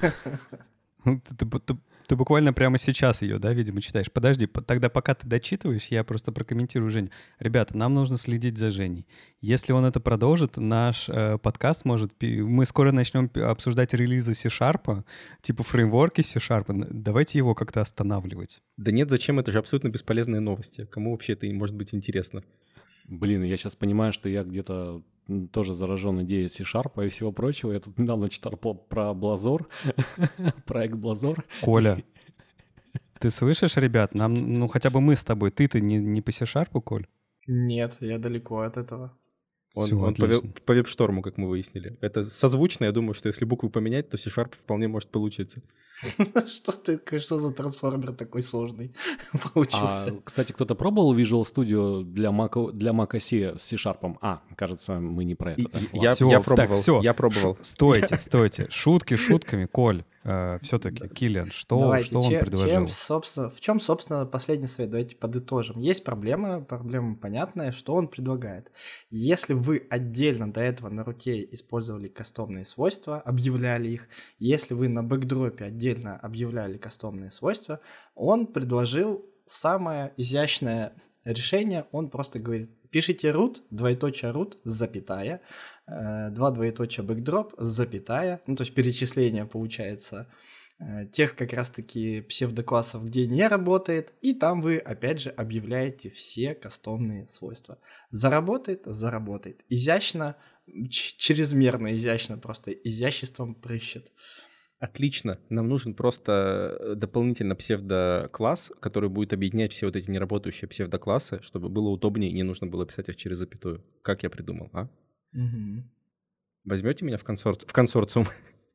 Ты, ты, ты, ты буквально прямо сейчас ее, да, видимо, читаешь. Подожди, тогда пока ты дочитываешь, я просто прокомментирую Женю. Ребята, нам нужно следить за Женей. Если он это продолжит, наш э, подкаст может... Мы скоро начнем обсуждать релизы C-Sharp, типа фреймворки C-Sharp. Давайте его как-то останавливать. Да нет, зачем? Это же абсолютно бесполезные новости. Кому вообще это может быть интересно? Блин, я сейчас понимаю, что я где-то тоже заражен идеей C-Sharp и всего прочего. Я тут недавно читал про Blazor, проект Blazor. Коля, ты слышишь, ребят? Нам, ну хотя бы мы с тобой. Ты-то не, не по C-Sharp, Коль? Нет, я далеко от этого. Он, Всё, он по, по веб-шторму, как мы выяснили. Это созвучно, я думаю, что если буквы поменять, то C-Sharp вполне может получиться. Что ты, что за трансформер такой сложный получился? А, кстати, кто-то пробовал Visual Studio для Mac, для Mac о эс с C-Sharp? А, кажется, мы не про это. Да? Я, всё, я пробовал, так, всё. я пробовал. Ш- стойте, стойте. Шутки шутками, Коль. Э, все-таки, Киллиан, что, Давайте, что он чем, предложил? Чем, собственно, в чем, собственно, последний совет? Давайте подытожим. Есть проблема, проблема понятная, что он предлагает. Если вы отдельно до этого на руте использовали кастомные свойства, объявляли их, если вы на бэкдропе отдельно объявляли кастомные свойства, он предложил самое изящное решение. Он просто говорит, пишите root, двоеточие root, запятая, два двоеточия backdrop, запятая, ну то есть перечисление получается тех как раз-таки псевдоклассов, где не работает, и там вы опять же объявляете все кастомные свойства. Заработает, заработает. Изящно, ч- чрезмерно изящно, просто изяществом прыщет. Отлично. Нам нужен просто дополнительно псевдокласс, который будет объединять все вот эти неработающие псевдоклассы, чтобы было удобнее и не нужно было писать их через запятую. Как я придумал, а? Угу. Возьмете меня в, консорци... в консорциум?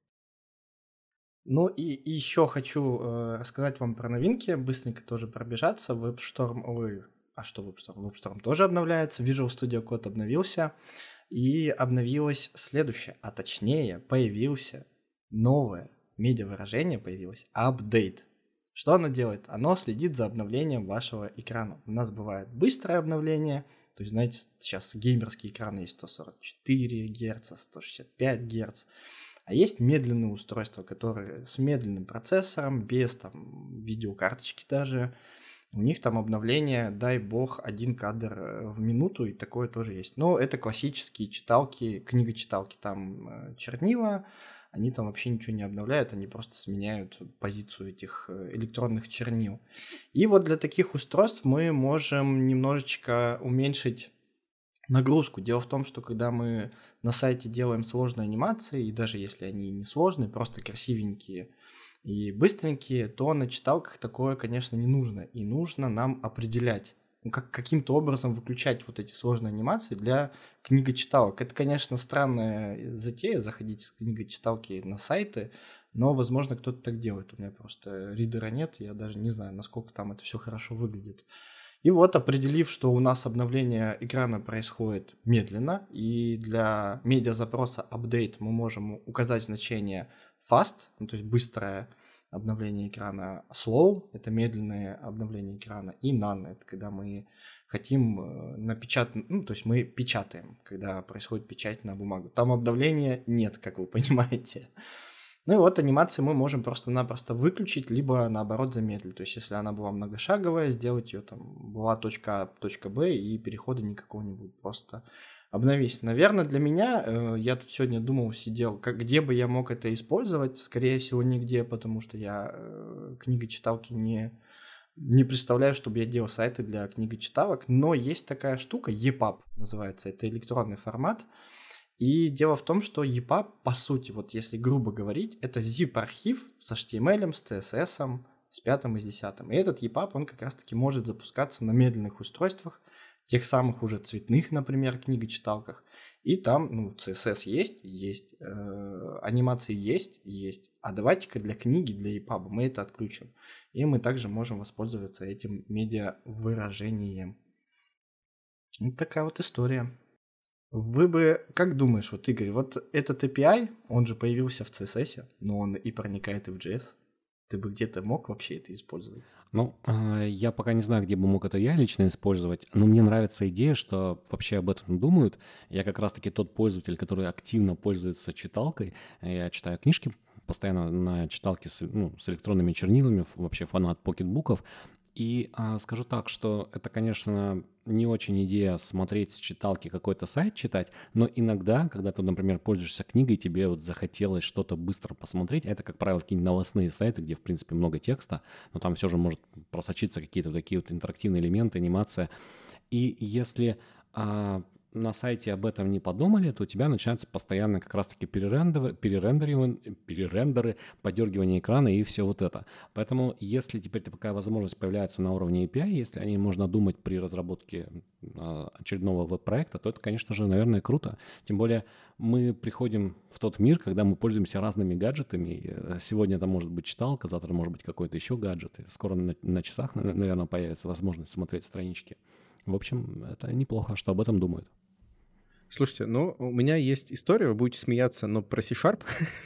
Ну и, и еще хочу э, рассказать вам про новинки, быстренько тоже пробежаться. WebStorm, ой, а что WebStorm? WebStorm тоже обновляется, Visual Studio Code обновился, и обновилось следующее, а точнее появился новое медиавыражение, появилось апдейт. Что оно делает? Оно следит за обновлением вашего экрана. У нас бывает быстрое обновление, то есть, знаете, сейчас геймерские экраны есть сто сорок четыре герца, сто шестьдесят пять герц, а есть медленные устройства, которые с медленным процессором, без там видеокарточки даже. У них там обновление, дай бог, один кадр в минуту, и такое тоже есть. Но это классические читалки, книгочиталки, там чернила, они там вообще ничего не обновляют, они просто сменяют позицию этих электронных чернил. И вот для таких устройств мы можем немножечко уменьшить нагрузку. Дело в том, что когда мы на сайте делаем сложные анимации, и даже если они не сложные, просто красивенькие и быстренькие, то на читалках такое, конечно, не нужно. И нужно нам определять, ну, как, каким-то образом выключать вот эти сложные анимации для книгочиталок. Это, конечно, странная затея, заходить с книгочиталки на сайты, но, возможно, кто-то так делает. У меня просто ридера нет, я даже не знаю, насколько там это все хорошо выглядит. И вот, определив, что у нас обновление экрана происходит медленно, и для медиазапроса update мы можем указать значение fast, ну, то есть быстрое обновление экрана, slow — это медленное обновление экрана, и none — это когда мы хотим напечатать, ну, то есть мы печатаем, когда происходит печать на бумагу. Там обновления нет, как вы понимаете. Ну и вот анимации мы можем просто-напросто выключить, либо наоборот замедлить. То есть если она была многошаговая, сделать ее там, была точка А, точка Б, и перехода никакого не будет, просто обновись. Наверное, для меня, э, я тут сегодня думал, сидел, как, где бы я мог это использовать, скорее всего, нигде, потому что я э, книгочиталки не, не представляю, чтобы я делал сайты для книгочиталок, но есть такая штука, и паб называется, это электронный формат. И дело в том, что и паб, по сути, вот если грубо говорить, это zip-архив с эйч ти эм эл, с си эс эс, с пятым и с десятым. И этот и паб, он как раз-таки может запускаться на медленных устройствах, тех самых уже цветных, например, книгочиталках. И там, ну, си эс эс есть, есть, э, анимации есть, есть. А давайте-ка для книги, для и паб мы это отключим. И мы также можем воспользоваться этим медиавыражением. Вот такая вот история. Вы бы, как думаешь, вот, Игорь, вот этот эй пи ай, он же появился в си эс эс, но он и проникает и в джей эс. Ты бы где-то мог вообще это использовать? Ну, э, я пока не знаю, где бы мог это я лично использовать, но мне нравится идея, что вообще об этом думают. Я как раз-таки тот пользователь, который активно пользуется читалкой. Я читаю книжки постоянно на читалке с, ну, с электронными чернилами, вообще фанат покетбуков. И а, скажу так, что это, конечно, не очень идея смотреть с читалки какой-то сайт читать, но иногда, когда ты, например, пользуешься книгой, тебе вот захотелось что-то быстро посмотреть, а это, как правило, какие-нибудь новостные сайты, где, в принципе, много текста, но там все же может просочиться какие-то такие вот интерактивные элементы, анимация. И если а, на сайте об этом не подумали, то у тебя начинается постоянно как раз-таки перерендер, перерендеры, перерендеры, подергивание экрана и все вот это. Поэтому если теперь такая возможность появляется на уровне эй пи ай, если о ней можно думать при разработке очередного веб-проекта, то это, конечно же, наверное, круто. Тем более мы приходим в тот мир, когда мы пользуемся разными гаджетами. Сегодня это может быть читалка, завтра может быть какой-то еще гаджет. И скоро на, на часах, наверное, появится возможность смотреть странички. В общем, это неплохо, что об этом думают. Слушайте, ну, у меня есть история, вы будете смеяться, но про C-Sharp.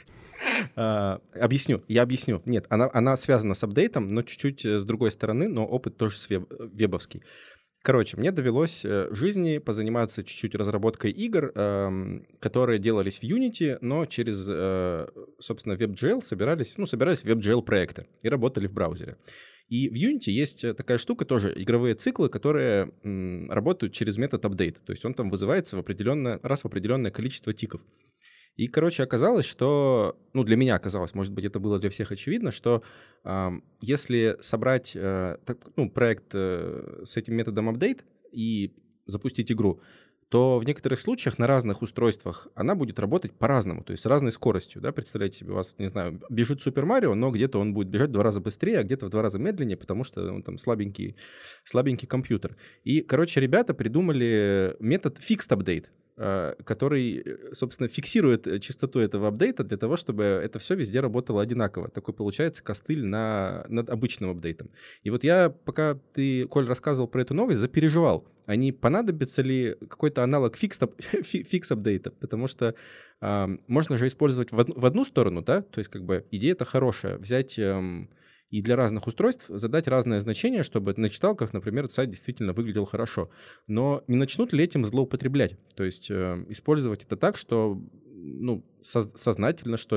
Объясню, я объясню. Нет, она, она связана с апдейтом, но чуть-чуть с другой стороны, но опыт тоже с веб, вебовский. Короче, мне довелось в жизни позаниматься чуть-чуть разработкой игр, которые делались в Unity, но через, собственно, WebGL собирались, ну, собирались WebGL-проекты и работали в браузере. И в Unity есть такая штука тоже, игровые циклы, которые м, работают через метод update. То есть он там вызывается в определенное, раз в определенное количество тиков. И, короче, оказалось, что... Ну, для меня оказалось, может быть, это было для всех очевидно, что э, если собрать э, так, ну, проект э, с этим методом update и запустить игру, то в некоторых случаях на разных устройствах она будет работать по-разному, то есть с разной скоростью, да, представляете себе, у вас, не знаю, бежит Супер Марио, но где-то он будет бежать в два раза быстрее, а где-то в два раза медленнее, потому что он там слабенький, слабенький компьютер. И, короче, ребята придумали метод Fixed Update, который, собственно, фиксирует частоту этого апдейта для того, чтобы это все везде работало одинаково. Такой получается костыль на, над обычным апдейтом. И вот я, пока ты, Коль, рассказывал про эту новость, запереживал, а не понадобится ли какой-то аналог фикс-апдейта, потому что э, можно же использовать в, од- в одну сторону, да, то есть как бы идея-то хорошая, взять... Э, и для разных устройств задать разное значение, чтобы на читалках, например, сайт действительно выглядел хорошо. Но не начнут ли этим злоупотреблять? То есть э, использовать это так, что ну, соз- сознательно, что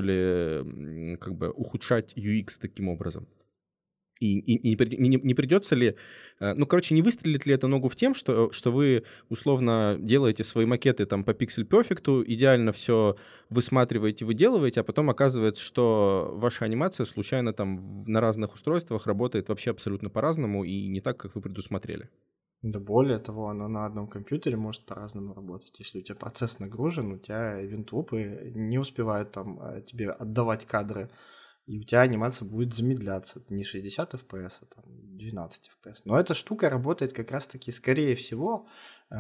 ли, как бы ухудшать ю экс таким образом? И, и, и не, при- не, не придется ли... э, Ну, короче, не выстрелит ли это ногу в тем, что, что вы условно делаете свои макеты там по Pixel Perfect, идеально все высматриваете, выделываете, а потом оказывается, что ваша анимация случайно там на разных устройствах работает вообще абсолютно по-разному и не так, как вы предусмотрели? Да более того, оно на одном компьютере может по-разному работать. Если у тебя процесс нагружен, у тебя ивент-лупы не успевают там э, тебе отдавать кадры, и у тебя анимация будет замедляться. Не шестьдесят эф пи эс, а там двенадцать эф пи эс. Но эта штука работает как раз-таки, скорее всего, э,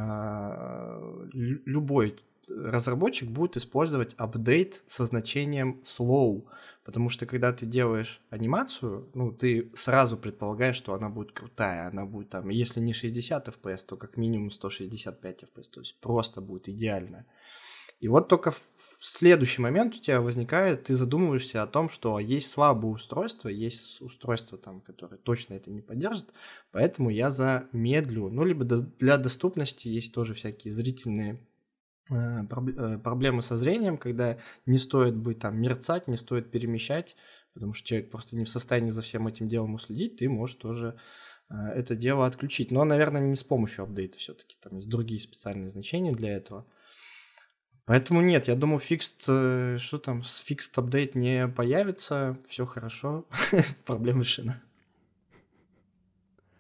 лю- любой разработчик будет использовать апдейт со значением slow, потому что когда ты делаешь анимацию, ну, ты сразу предполагаешь, что она будет крутая, она будет там, если не шестьдесят эф пи эс, то как минимум сто шестьдесят пять эф пи эс, то есть просто будет идеальная. И вот только в в следующий момент у тебя возникает, ты задумываешься о том, что есть слабые устройства, есть устройства, там, которые точно это не поддержат, поэтому я замедлю. Ну, либо до- для доступности есть тоже всякие зрительные э, проб- э, проблемы со зрением, когда не стоит быть там мерцать, не стоит перемещать, потому что человек просто не в состоянии за всем этим делом уследить, ты можешь тоже э, это дело отключить. Но, наверное, не с помощью апдейта все-таки, там есть другие специальные значения для этого. Поэтому нет, я думаю, фикст, э, что там, с фикст апдейт не появится, все хорошо, проблема решена.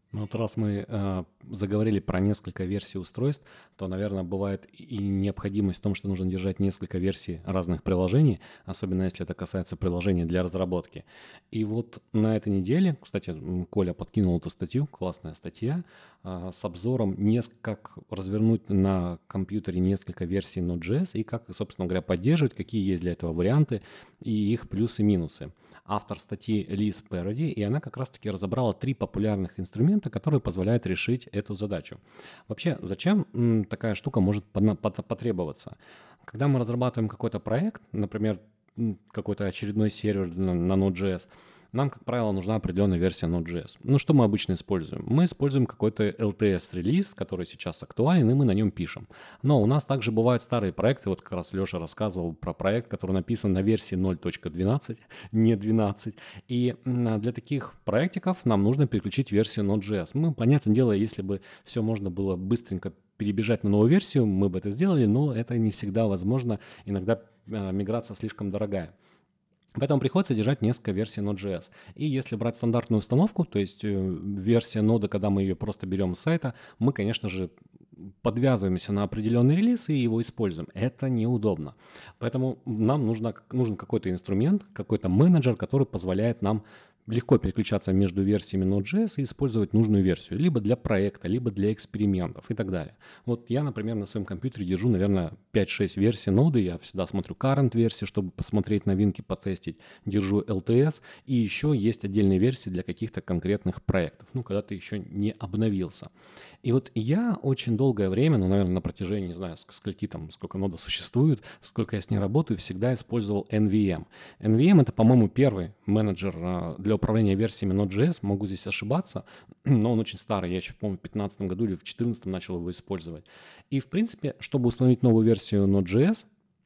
Ну вот раз мы э, заговорили про несколько версий устройств, то, наверное, бывает и необходимость в том, что нужно держать несколько версий разных приложений, особенно если это касается приложений для разработки. И вот на этой неделе, кстати, Коля подкинул эту статью, классная статья, э, с обзором, неск- как развернуть на компьютере несколько версий Node.js и как, собственно говоря, поддерживать, какие есть для этого варианты и их плюсы-минусы. Автор статьи Лиз Пароди, и она как раз-таки разобрала три популярных инструмента, которые позволяют решить эту задачу. Вообще, зачем м, такая штука может пона- пот- потребоваться? Когда мы разрабатываем какой-то проект, например, м, какой-то очередной сервер на, на Node.js, нам, как правило, нужна определенная версия Node.js. Ну, что мы обычно используем? Мы используем какой-то эл ти эс-релиз, который сейчас актуален, и мы на нем пишем. Но у нас также бывают старые проекты. Вот как раз Леша рассказывал про проект, который написан на версии ноль точка двенадцать, не двенадцать. И м, для таких проектиков нам нужно переключить версию Node.js. Мы, понятное дело, если бы все можно было быстренько перебежать на новую версию, мы бы это сделали, но это не всегда возможно. Иногда э, миграция слишком дорогая. Поэтому приходится держать несколько версий Node.js. И если брать стандартную установку, то есть э, версия ноды, когда мы ее просто берем с сайта, мы, конечно же, подвязываемся на определенный релиз и его используем. Это неудобно. Поэтому нам нужно, нужен какой-то инструмент, какой-то менеджер, который позволяет нам легко переключаться между версиями Node.js и использовать нужную версию, либо для проекта, либо для экспериментов и так далее. Вот я, например, на своем компьютере держу, наверное, пять-шесть версий ноды, я всегда смотрю current версию, чтобы посмотреть новинки, потестить, держу эл ти эс, и еще есть отдельные версии для каких-то конкретных проектов, ну, когда ты еще не обновился. И вот я очень долгое время, ну, наверное, на протяжении, не знаю, скольки там, сколько нода существует, сколько я с ней работаю, всегда использовал эн ви эм. эн ви эм — это, по-моему, первый менеджер для управления версиями Node.js, могу здесь ошибаться, но он очень старый, я еще, по-моему, в две тысячи пятнадцатом году или в две тысячи четырнадцатом начал его использовать. И, в принципе, чтобы установить новую версию Node.js,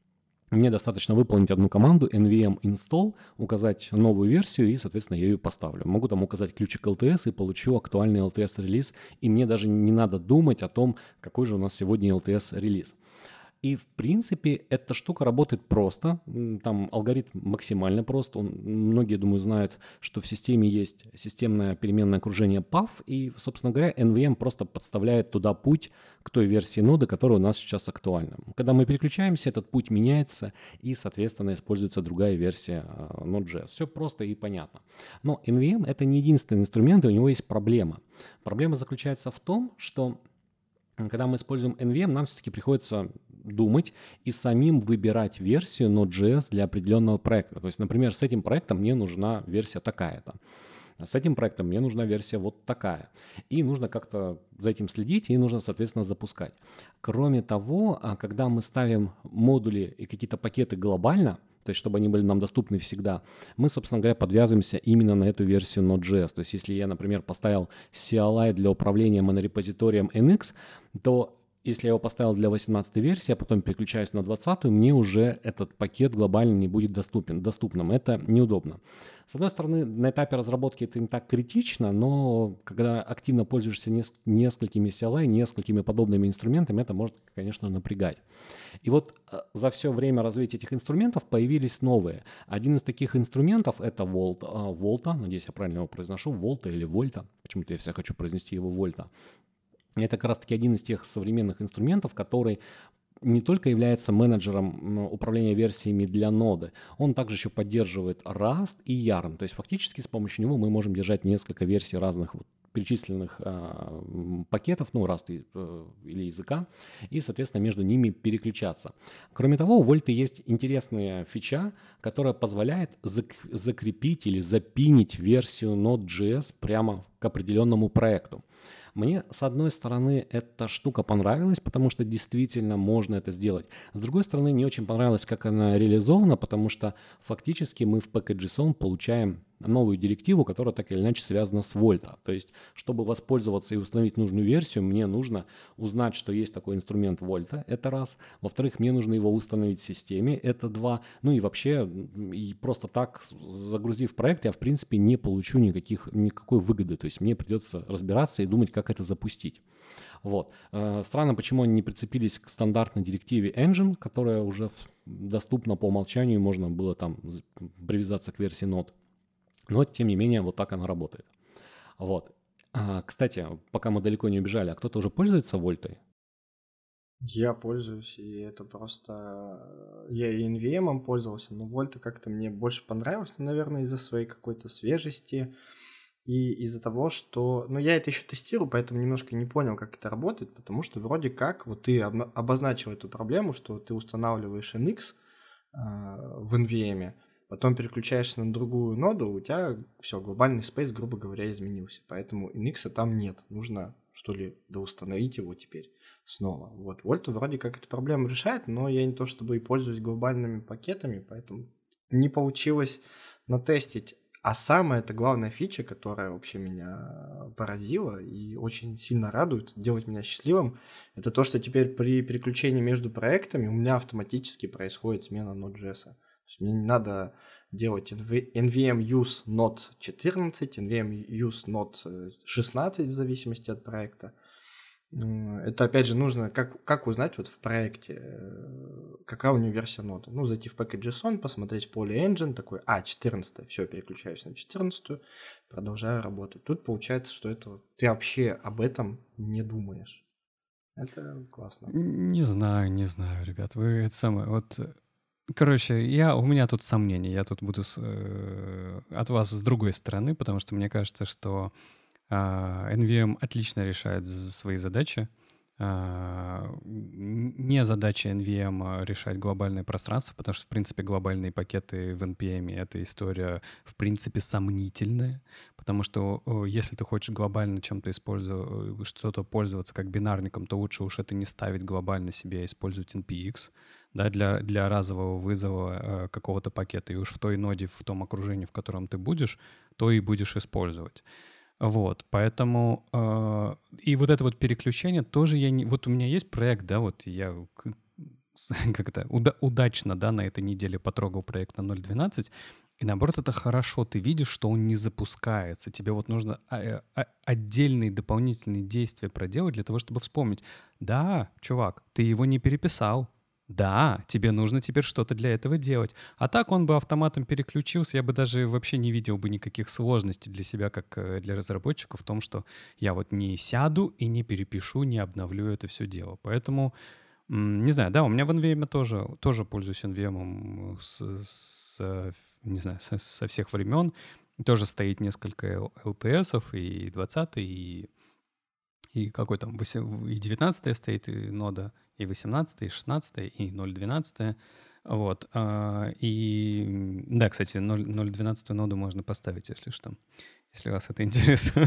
мне достаточно выполнить одну команду эн ви эм install, указать новую версию и, соответственно, я ее поставлю. Могу там указать ключик эл ти эс и получу актуальный эл ти эс-релиз, и мне даже не надо думать о том, какой же у нас сегодня эл ти эс-релиз. И, в принципе, эта штука работает просто. Там алгоритм максимально прост. Он, многие, думаю, знают, что в системе есть системное переменное окружение паф, и, собственно говоря, эн ви эм просто подставляет туда путь к той версии ноды, которая у нас сейчас актуальна. Когда мы переключаемся, этот путь меняется, и, соответственно, используется другая версия Node.js. Все просто и понятно. Но эн ви эм — это не единственный инструмент, и у него есть проблема. Проблема заключается в том, что когда мы используем эн ви эм, нам все-таки приходится думать и самим выбирать версию Node.js для определенного проекта. То есть, например, с этим проектом мне нужна версия такая-то. С этим проектом мне нужна версия вот такая. И нужно как-то за этим следить, и нужно, соответственно, запускать. Кроме того, когда мы ставим модули и какие-то пакеты глобально, то есть чтобы они были нам доступны всегда, мы, собственно говоря, подвязываемся именно на эту версию Node.js. То есть если я, например, поставил си эл ай для управления монорепозиторием эн икс, то если я его поставил для восемнадцатой версии, а потом переключаюсь на двадцатую, мне уже этот пакет глобально не будет доступен, доступным. Это неудобно. С одной стороны, на этапе разработки это не так критично, но когда активно пользуешься неск- несколькими си эл ай, несколькими подобными инструментами, это может, конечно, напрягать. И вот за все время развития этих инструментов появились новые. Один из таких инструментов — это Volta, Volta, надеюсь, я правильно его произношу, Volta или Volta, почему-то я всегда хочу произнести его Volta. Это как раз-таки один из тех современных инструментов, который не только является менеджером управления версиями для ноды, он также еще поддерживает Rust и Yarn. То есть фактически с помощью него мы можем держать несколько версий разных вот перечисленных э, пакетов, ну, Rust и, э, или языка, и, соответственно, между ними переключаться. Кроме того, у Volt есть интересная фича, которая позволяет зак- закрепить или запинить версию Node.js прямо к определенному проекту. Мне, с одной стороны, эта штука понравилась, потому что действительно можно это сделать. С другой стороны, не очень понравилось, как она реализована, потому что фактически мы в package.json получаем новую директиву, которая так или иначе связана с Volta. То есть, чтобы воспользоваться и установить нужную версию, мне нужно узнать, что есть такой инструмент Volta, это раз. Во-вторых, мне нужно его установить в системе, это два. Ну и вообще, и просто так, загрузив проект, я, в принципе, не получу никаких, никакой выгоды. То есть, мне придется разбираться и думать, как это запустить. Вот. Странно, почему они не прицепились к стандартной директиве Engine, которая уже доступна по умолчанию, можно было там привязаться к версии Node. Но, тем не менее, вот так она работает. Вот. А, кстати, пока мы далеко не убежали, а кто-то уже пользуется Вольтой? Я пользуюсь, и это просто... Я и эн ви эм пользовался, но Вольта как-то мне больше понравилось, ну, наверное, из-за своей какой-то свежести и из-за того, что... Ну, я это еще тестирую, поэтому немножко не понял, как это работает, потому что вроде как вот ты обна- обозначил эту проблему, что ты устанавливаешь эн икс а, в эн ви эм, потом переключаешься на другую ноду, у тебя все, глобальный спейс, грубо говоря, изменился. Поэтому эн икс там нет. Нужно, что ли, доустановить его теперь снова. Вот, Вольта вроде как эту проблему решает, но я не то чтобы и пользуюсь глобальными пакетами, поэтому не получилось натестить. А самая это главная фича, которая вообще меня поразила и очень сильно радует, делает меня счастливым, это то, что теперь при переключении между проектами у меня автоматически происходит смена Node.js. То есть мне не надо делать эн ви эм use node четырнадцать, эн ви эм use node шестнадцать в зависимости от проекта. Это, опять же, нужно, как, как узнать вот в проекте, какая у него версия ноды. Ну, зайти в package.json, посмотреть в поле engine, такой, а, четырнадцать, все, переключаюсь на четырнадцать, продолжаю работать. Тут получается, что это ты вообще об этом не думаешь. Это классно. Не знаю, не знаю, ребят. Вы это самое, вот... Короче, я, у меня тут сомнения. Я тут буду с, э, от вас с другой стороны, потому что мне кажется, что эн ви эм отлично решает свои задачи. Не задача эн ви эм решать глобальное пространство, потому что, в принципе, глобальные пакеты в эн пи эм — это история, в принципе, сомнительная, потому что если ты хочешь глобально чем-то использовать, что-то пользоваться как бинарником, то лучше уж это не ставить глобально себе, а использовать эн пи икс, да, для, для разового вызова какого-то пакета. И уж в той ноде, в том окружении, в котором ты будешь, то и будешь использовать. Вот, поэтому э, и вот это вот переключение тоже я не... Вот у меня есть проект, да, вот я как-то уда- удачно, да, на этой неделе потрогал проект на ноль двенадцать, и наоборот это хорошо, ты видишь, что он не запускается, тебе вот нужно а- а- отдельные дополнительные действия проделать для того, чтобы вспомнить, да, чувак, ты его не переписал, да, тебе нужно теперь что-то для этого делать. А так он бы автоматом переключился, я бы даже вообще не видел бы никаких сложностей для себя, как для разработчика, в том, что я вот не сяду и не перепишу, не обновлю это все дело. Поэтому, не знаю, да, у меня в эн ви эм тоже, тоже пользуюсь эн ви эм с, с, не знаю, со, со всех времен. Тоже стоит несколько эл ти эсов, и двадцатый, и, и какой там, и девятнадцатый стоит, и нода, и восемнадцатый, и шестнадцатый, и ноль двенадцать. Вот. И да, кстати, ноль двенадцать ноду можно поставить, если что, если вас это интересует.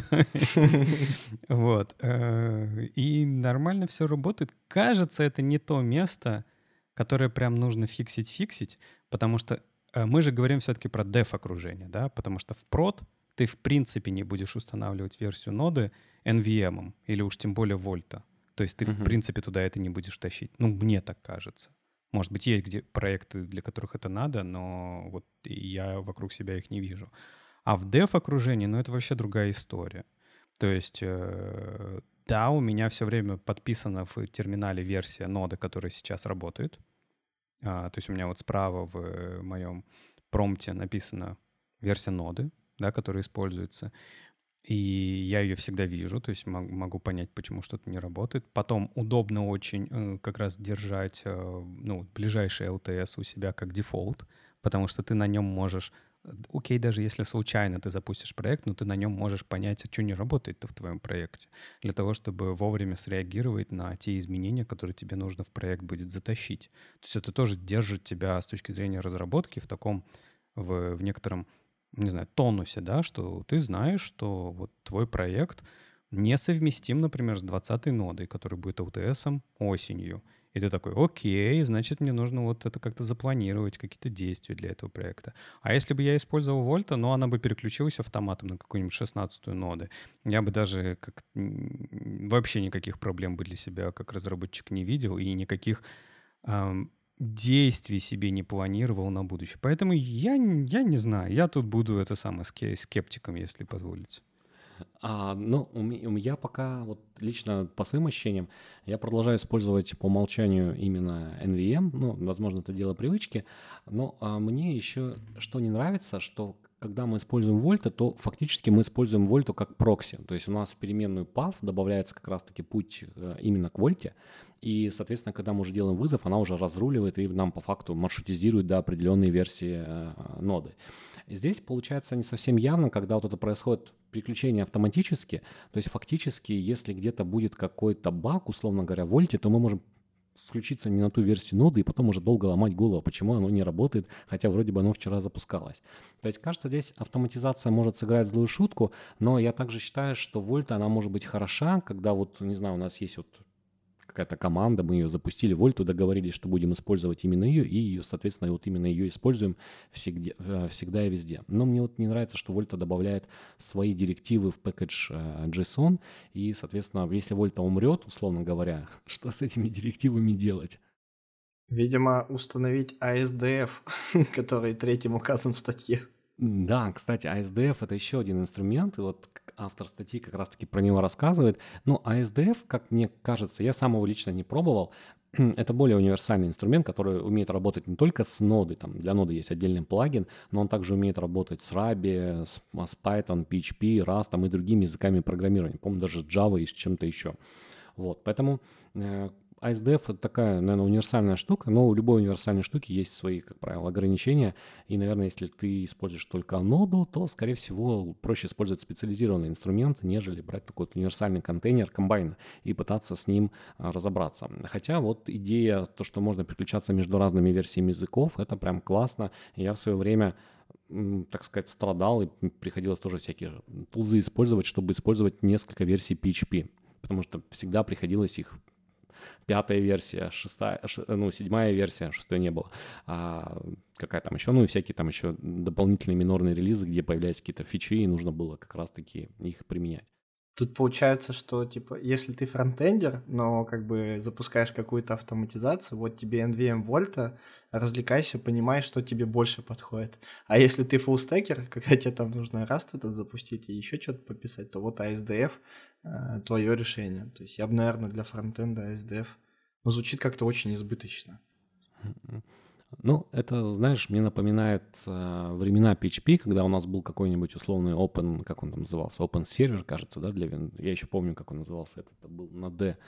Вот. И нормально все работает. Кажется, это не то место, которое прям нужно фиксить-фиксить, потому что мы же говорим все-таки про деф-окружение, да, потому что в прод ты в принципе не будешь устанавливать версию ноды эн ви эм или уж тем более Вольта. То есть ты, uh-huh. в принципе, туда это не будешь тащить. Ну, мне так кажется. Может быть, есть где проекты, для которых это надо, но вот я вокруг себя их не вижу. А в дев-окружении, ну, это вообще другая история. То есть, э, да, у меня все время подписана в терминале версия ноды, которая сейчас работает. А, то есть у меня вот справа в моем промпте написана версия ноды, да, которая используется. И я ее всегда вижу, то есть могу понять, почему что-то не работает. Потом удобно очень как раз держать ну, ближайший эл ти эс у себя как дефолт, потому что ты на нем можешь... Окей, даже если случайно ты запустишь проект, но ты на нем можешь понять, а что не работает-то в твоем проекте, для того, чтобы вовремя среагировать на те изменения, которые тебе нужно в проект будет затащить. То есть это тоже держит тебя с точки зрения разработки в таком, в, в некотором... не знаю, тонусе, да, что ты знаешь, что вот твой проект несовместим, например, с двадцатой нодой, который будет эл ти эсом осенью. И ты такой, окей, значит, мне нужно вот это как-то запланировать, какие-то действия для этого проекта. А если бы я использовал Вольта, ну, она бы переключилась автоматом на какую-нибудь шестнадцатую ноду. Я бы даже как... вообще никаких проблем бы для себя как разработчик не видел, и никаких... Эм, действий себе не планировал на будущее. Поэтому я, я не знаю, я тут буду это самое скептиком, если позволите. А, ну, у ме- у меня пока, вот лично по своим ощущениям, я продолжаю использовать по умолчанию именно эн ви эм, ну, возможно, это дело привычки, но а, мне еще что не нравится, что когда мы используем Вольта, то фактически мы используем Вольту как прокси, то есть у нас в переменную path добавляется как раз-таки путь э, именно к Вольте, и, соответственно, когда мы уже делаем вызов, она уже разруливает и нам по факту маршрутизирует до определенной версии э, ноды. Здесь получается не совсем явно, когда вот это происходит переключение автоматически, то есть фактически, если где-то будет какой-то баг, условно говоря, в вольте, то мы можем включиться не на ту версию ноды и потом уже долго ломать голову, почему оно не работает, хотя вроде бы оно вчера запускалось. То есть, кажется, здесь автоматизация может сыграть злую шутку, но я также считаю, что вольта, она может быть хороша, когда вот, не знаю, у нас есть вот какая-то команда, мы ее запустили в Вольту, договорились, что будем использовать именно ее, и, ее, соответственно, вот именно ее используем всегда, всегда и везде. Но мне вот не нравится, что Вольта добавляет свои директивы в package JSON, и, соответственно, если Вольта умрет, условно говоря, что с этими директивами делать? Видимо, установить эй эс ди эф, который третьим указан в статье. Да, кстати, эй эс ди эф — это еще один инструмент, и вот автор статьи как раз-таки про него рассказывает. Но эй эс ди эф, как мне кажется, я сам его лично не пробовал, это более универсальный инструмент, который умеет работать не только с нодой, там для ноды есть отдельный плагин, но он также умеет работать с Ruby, с, с Python, пи эйч пи, Rust там, и другими языками программирования, по-моему, даже с Java и с чем-то еще. Вот, поэтому э, эй эс ди эф — это такая, наверное, универсальная штука, но у любой универсальной штуки есть свои, как правило, ограничения. И, наверное, если ты используешь только ноду, то, скорее всего, проще использовать специализированный инструмент, нежели брать такой вот универсальный контейнер, комбайн, и пытаться с ним а, разобраться. Хотя вот идея, то, что можно переключаться между разными версиями языков, это прям классно. Я в свое время, так сказать, страдал, и приходилось тоже всякие тулзы использовать, чтобы использовать несколько версий пи эйч пи, потому что всегда приходилось их пятая версия, шестая, ну, седьмая версия, шестой не было. А какая там еще? Ну, и всякие там еще дополнительные минорные релизы, где появлялись какие-то фичи, и нужно было как раз-таки их применять. Тут получается, что, типа, если ты фронтендер, но как бы запускаешь какую-то автоматизацию, вот тебе эн ви эм Volta, развлекайся, понимай, что тебе больше подходит. А если ты фуллстекер, когда тебе там нужно Rust этот запустить и еще что-то пописать, то вот эй эс ди эф э, твое решение. То есть я бы, наверное, для фронтенда эй эс ди эф, ну, звучит как-то очень избыточно. Ну, это, знаешь, мне напоминает э, времена пи эйч пи, когда у нас был какой-нибудь условный open, как он там назывался, open сервер, кажется, да, для Win. Я еще помню, как он назывался, это, это был на D.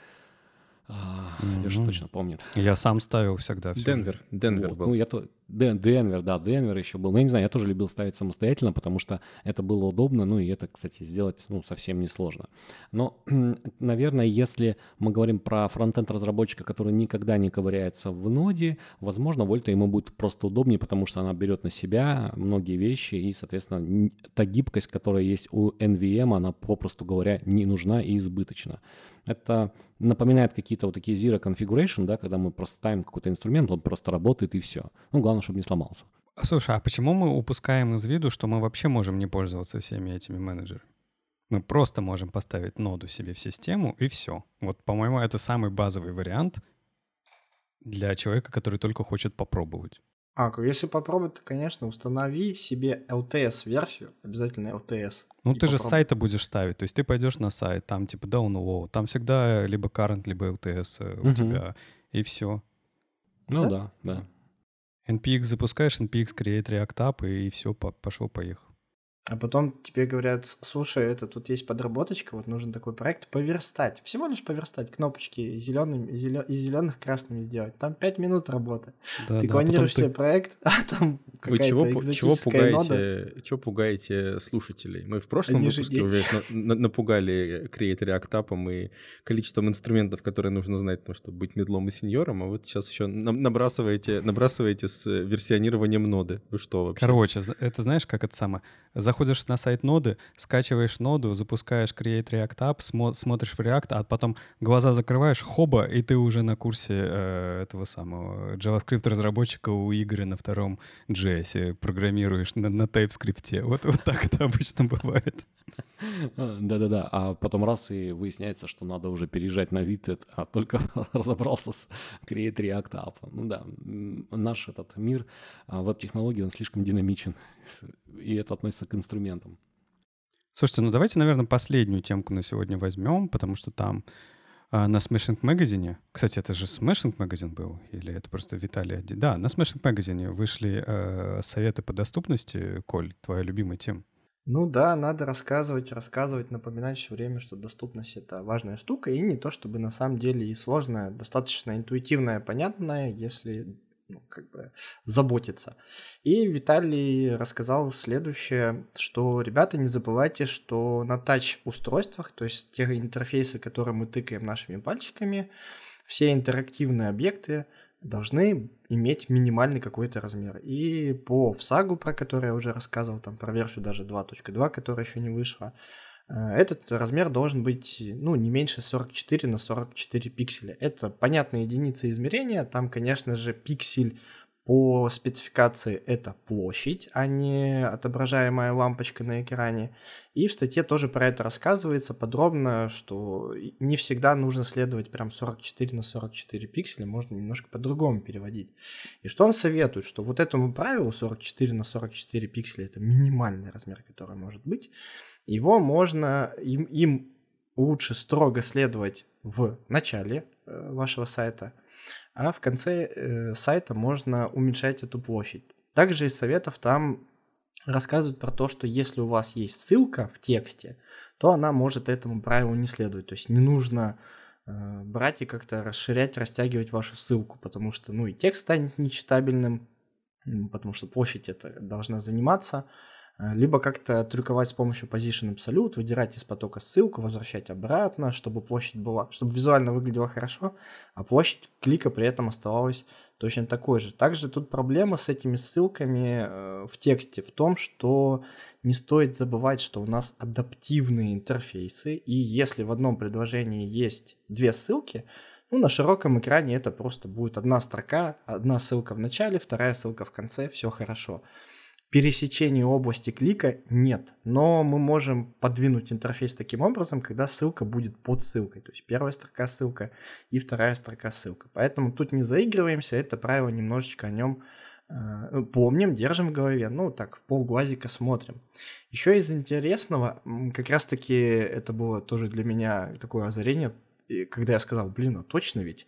А, mm-hmm. Леша точно помнит. Я сам ставил всегда. Денвер, Денвер вот. был. Ну, я то... Ден, Денвер, да, Денвер еще был. Но я не знаю, я тоже любил ставить самостоятельно, потому что это было удобно, ну и это, кстати, сделать, ну, совсем несложно. Но, наверное, если мы говорим про фронтенд-разработчика, который никогда не ковыряется в ноде, возможно, Вольта ему будет просто удобнее, потому что она берет на себя многие вещи, и, соответственно, та гибкость, которая есть у эн ви эм, она, попросту говоря, не нужна и избыточна. Это напоминает какие-то вот такие zero configuration, да, когда мы просто ставим какой-то инструмент, он просто работает и все. Ну, главное, чтобы не сломался. Слушай, а почему мы упускаем из виду, что мы вообще можем не пользоваться всеми этими менеджерами? Мы просто можем поставить ноду себе в систему, и все. Вот, по-моему, это самый базовый вариант для человека, который только хочет попробовать. А, если попробовать, то, конечно, установи себе эл ти эс-версию, обязательно эл ти эс. Ну, ты попробуй. Же с сайта будешь ставить, то есть ты пойдешь на сайт, там типа download, там всегда либо current, либо эл ти эс у угу. тебя, и все. Ну да, да. да. эн пи экс запускаешь, эн пи экс create React App, и, и все, пошел-поехал. А потом тебе говорят, слушай, это тут есть подработочка, вот нужен такой проект, поверстать. Всего лишь поверстать, кнопочки зелеными, зелё... из зеленых красными сделать. Там пять минут работы. Да, ты да, клонируешь себе ты... проект, а там какая-то Вы чего, чего пугаете, нода. Чего пугаете слушателей? Мы в прошлом Они выпуске уже на, на, напугали Create React App и количеством инструментов, которые нужно знать, ну, чтобы быть медлом и сеньором, а вот сейчас еще набрасываете, набрасываете с версионированием ноды. Вы что вообще? Короче, это знаешь, как это самое? Заходишь на сайт ноды, скачиваешь ноду, запускаешь Create React App, смо- смотришь в React, а потом глаза закрываешь, хоба, и ты уже на курсе э, этого самого JavaScript-разработчика у Игоря на втором джей эс программируешь на, на TypeScript. Вот, вот так это обычно бывает. Да-да-да, а потом раз и выясняется, что надо уже переезжать на вид, а только разобрался с Create React App. Ну да, наш этот мир веб-технологий, он слишком динамичен, и это относится к инструментам. Слушайте, ну давайте, наверное, последнюю темку на сегодня возьмем, потому что там а, на Smashing Magazine, кстати, это же Smashing Magazine был, или это просто Виталий один? Да, на Smashing Magazine вышли э, советы по доступности. Коль, твоя любимая тема. Ну да, надо рассказывать, рассказывать, напоминать все время, что доступность — это важная штука, и не то чтобы на самом деле и сложная, достаточно интуитивная, понятная, если ну, как бы заботиться. И Виталий рассказал следующее, что, ребята, не забывайте, что на тач-устройствах, то есть те интерфейсы, которые мы тыкаем нашими пальчиками, все интерактивные объекты должны иметь минимальный какой-то размер. И по всагу, про который я уже рассказывал, там про версию даже два точка два, которая еще не вышла, этот размер должен быть ну, не меньше сорок четыре на сорок четыре пикселя. Это понятная единица измерения. Там, конечно же, пиксель по спецификации — это площадь, а не отображаемая лампочка на экране. И в статье тоже про это рассказывается подробно, что не всегда нужно следовать прям сорок четыре на сорок четыре пикселя, можно немножко по-другому переводить. И что он советует, что вот этому правилу сорок четыре на сорок четыре пикселя — это минимальный размер, который может быть. Его можно, им, им лучше строго следовать в начале э, вашего сайта, а в конце э, сайта можно уменьшать эту площадь. Также из советов там рассказывают про то, что если у вас есть ссылка в тексте, то она может этому правилу не следовать. То есть не нужно э, брать и как-то расширять, растягивать вашу ссылку, потому что ну и текст станет нечитабельным, потому что площадь это должна заниматься. Либо как-то трюковать с помощью Position Absolute, выдирать из потока ссылку, возвращать обратно, чтобы площадь была, чтобы визуально выглядела хорошо, а площадь клика при этом оставалась точно такой же. Также тут проблема с этими ссылками в тексте в том, что не стоит забывать, что у нас адаптивные интерфейсы, и если в одном предложении есть две ссылки, ну, на широком экране это просто будет одна строка, одна ссылка в начале, вторая ссылка в конце, все хорошо. Пересечения области клика нет, но мы можем подвинуть интерфейс таким образом, когда ссылка будет под ссылкой, то есть первая строка ссылка и вторая строка ссылка. Поэтому тут не заигрываемся, это правило немножечко о нем э, помним, держим в голове, ну так в полглазика смотрим. Еще из интересного, как раз таки это было тоже для меня такое озарение, когда я сказал, блин, а точно ведь?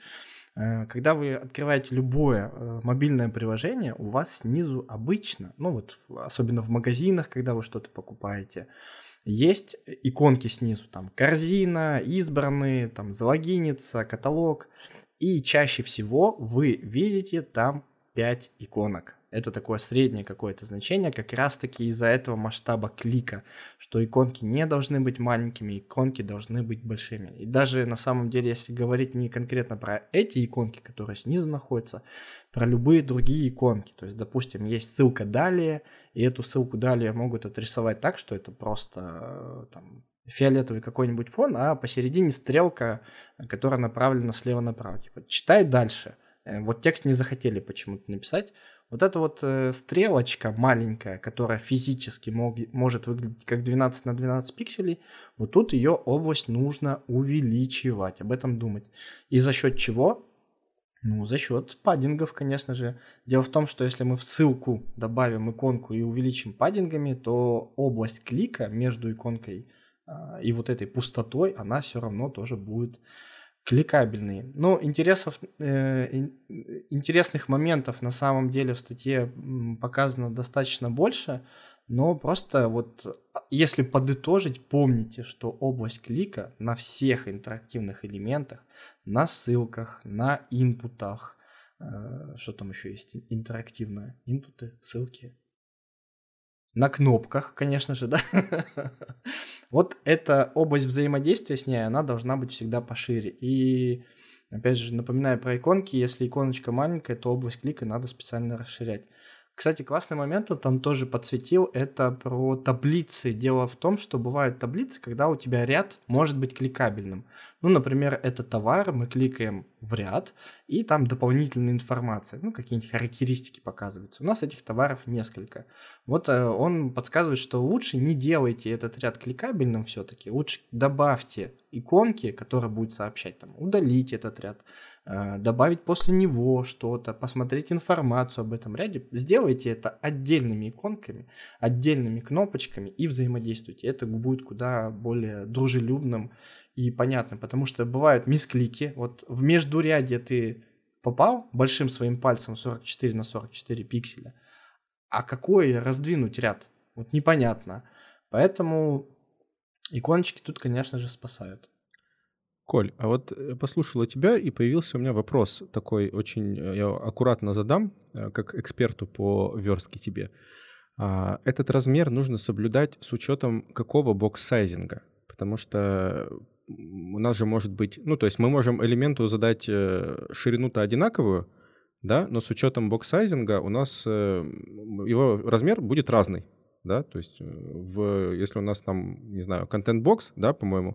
Когда вы открываете любое мобильное приложение, у вас снизу обычно, ну вот особенно в магазинах, когда вы что-то покупаете, есть иконки снизу, там корзина, избранные, там залогиниться, каталог, и чаще всего вы видите там пять иконок. Это такое среднее какое-то значение, как раз-таки из-за этого масштаба клика, что иконки не должны быть маленькими, иконки должны быть большими. И даже на самом деле, если говорить не конкретно про эти иконки, которые снизу находятся, про любые другие иконки. То есть, допустим, есть ссылка «Далее», и эту ссылку «Далее» могут отрисовать так, что это просто там, фиолетовый какой-нибудь фон, а посередине стрелка, которая направлена слева направо. Типа «Читай дальше». Вот текст не захотели почему-то написать. Вот эта вот э, стрелочка маленькая, которая физически мог, может выглядеть как двенадцать на двенадцать пикселей, вот тут ее область нужно увеличивать, об этом думать. И за счет чего? Ну, за счет паддингов, конечно же. Дело в том, что если мы в ссылку добавим иконку и увеличим паддингами, то область клика между иконкой э, и вот этой пустотой, она все равно тоже будет кликабельные. Но интересов, э, интересных моментов на самом деле в статье показано достаточно больше, но просто вот если подытожить, помните, что область клика на всех интерактивных элементах, на ссылках, на инпутах, э, что там еще есть интерактивное, инпуты, ссылки, на кнопках, конечно же, да. Вот эта область взаимодействия с ней, она должна быть всегда пошире. И, опять же, напоминаю про иконки, если иконочка маленькая, то область клика надо специально расширять. Кстати, классный момент он там тоже подсветил, это про таблицы. Дело в том, что бывают таблицы, когда у тебя ряд может быть кликабельным. Ну, например, это товар, мы кликаем в ряд, и там дополнительная информация, ну, какие-нибудь характеристики показываются. У нас этих товаров несколько. Вот э, он подсказывает, что лучше не делайте этот ряд кликабельным все-таки, лучше добавьте иконки, которые будут сообщать, там, удалите этот ряд, добавить после него что-то, посмотреть информацию об этом ряде. Сделайте это отдельными иконками, отдельными кнопочками и взаимодействуйте. Это будет куда более дружелюбным и понятным, потому что бывают мисклики. Вот в междурядье ты попал большим своим пальцем сорок четыре на сорок четыре пикселя, а какой раздвинуть ряд? Вот непонятно. Поэтому иконочки тут, конечно же, спасают. Коль, а вот я послушала тебя, и появился у меня вопрос такой очень, я аккуратно задам, как эксперту по верстке тебе. Этот размер нужно соблюдать с учетом какого бокс-сайзинга? Потому что у нас же может быть, ну, то есть мы можем элементу задать ширину-то одинаковую, да, но с учетом бокс-сайзинга у нас его размер будет разный. Да, то есть в, если у нас там, не знаю, контент-бокс, да, по-моему,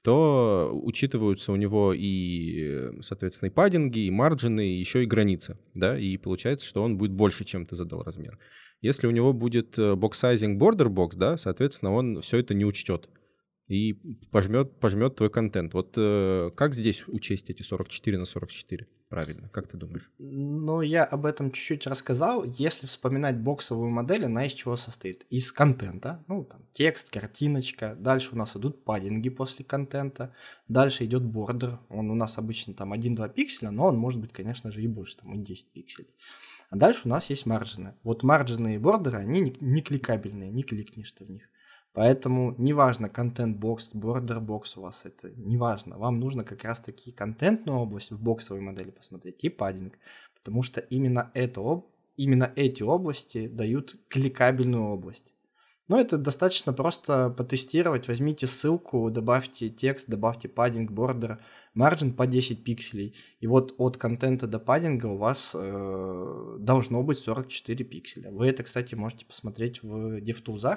то учитываются у него и, соответственно, и паддинги, и марджины, и еще и границы, да, и получается, что он будет больше, чем ты задал размер. Если у него будет бокс-сайзинг border box, да, соответственно, он все это не учтет и пожмет, пожмет твой контент. Вот э, как здесь учесть эти сорок четыре на сорок четыре? Правильно, как ты думаешь? Ну, я об этом чуть-чуть рассказал. Если вспоминать боксовую модель, она из чего состоит? Из контента. Ну, там, текст, картиночка. Дальше у нас идут паддинги после контента. Дальше идет бордер. Он у нас обычно там один-два пикселя, но он может быть, конечно же, и больше, там, и десять пикселей. А дальше у нас есть марджины. Вот марджины и бордеры, они не, не кликабельные, не кликнешь ты в них. Поэтому неважно, контент-бокс, бордер-бокс у вас, это неважно. Вам нужно как раз-таки контентную область в боксовой модели посмотреть и паддинг, потому что именно, это, именно эти области дают кликабельную область. Но это достаточно просто потестировать. Возьмите ссылку, добавьте текст, добавьте паддинг, бордер, марджин по десять пикселей. И вот от контента до паддинга у вас э, должно быть сорок четыре пикселя. Вы это, кстати, можете посмотреть в DevTools,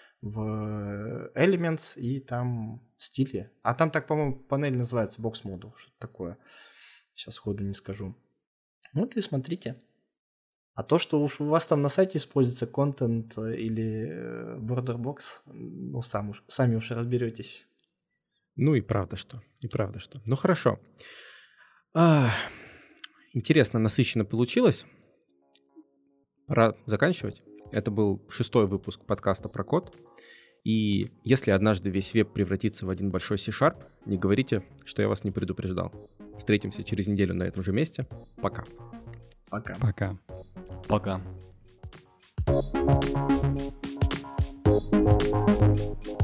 в Elements и там стиле. А там так, по-моему, панель называется Box Model, что-то такое. Сейчас сходу не скажу. Вот и смотрите. А то, что уж у вас там на сайте используется контент или border box, ну, сам уж, сами уж разберетесь. Ну и правда что. И правда что. Ну хорошо. А, интересно, насыщенно получилось. Пора заканчивать. Это был шестой выпуск подкаста про код. И если однажды весь веб превратится в один большой C-Sharp, не говорите, что я вас не предупреждал. Встретимся через неделю на этом же месте. Пока. Пока. Пока. Пока.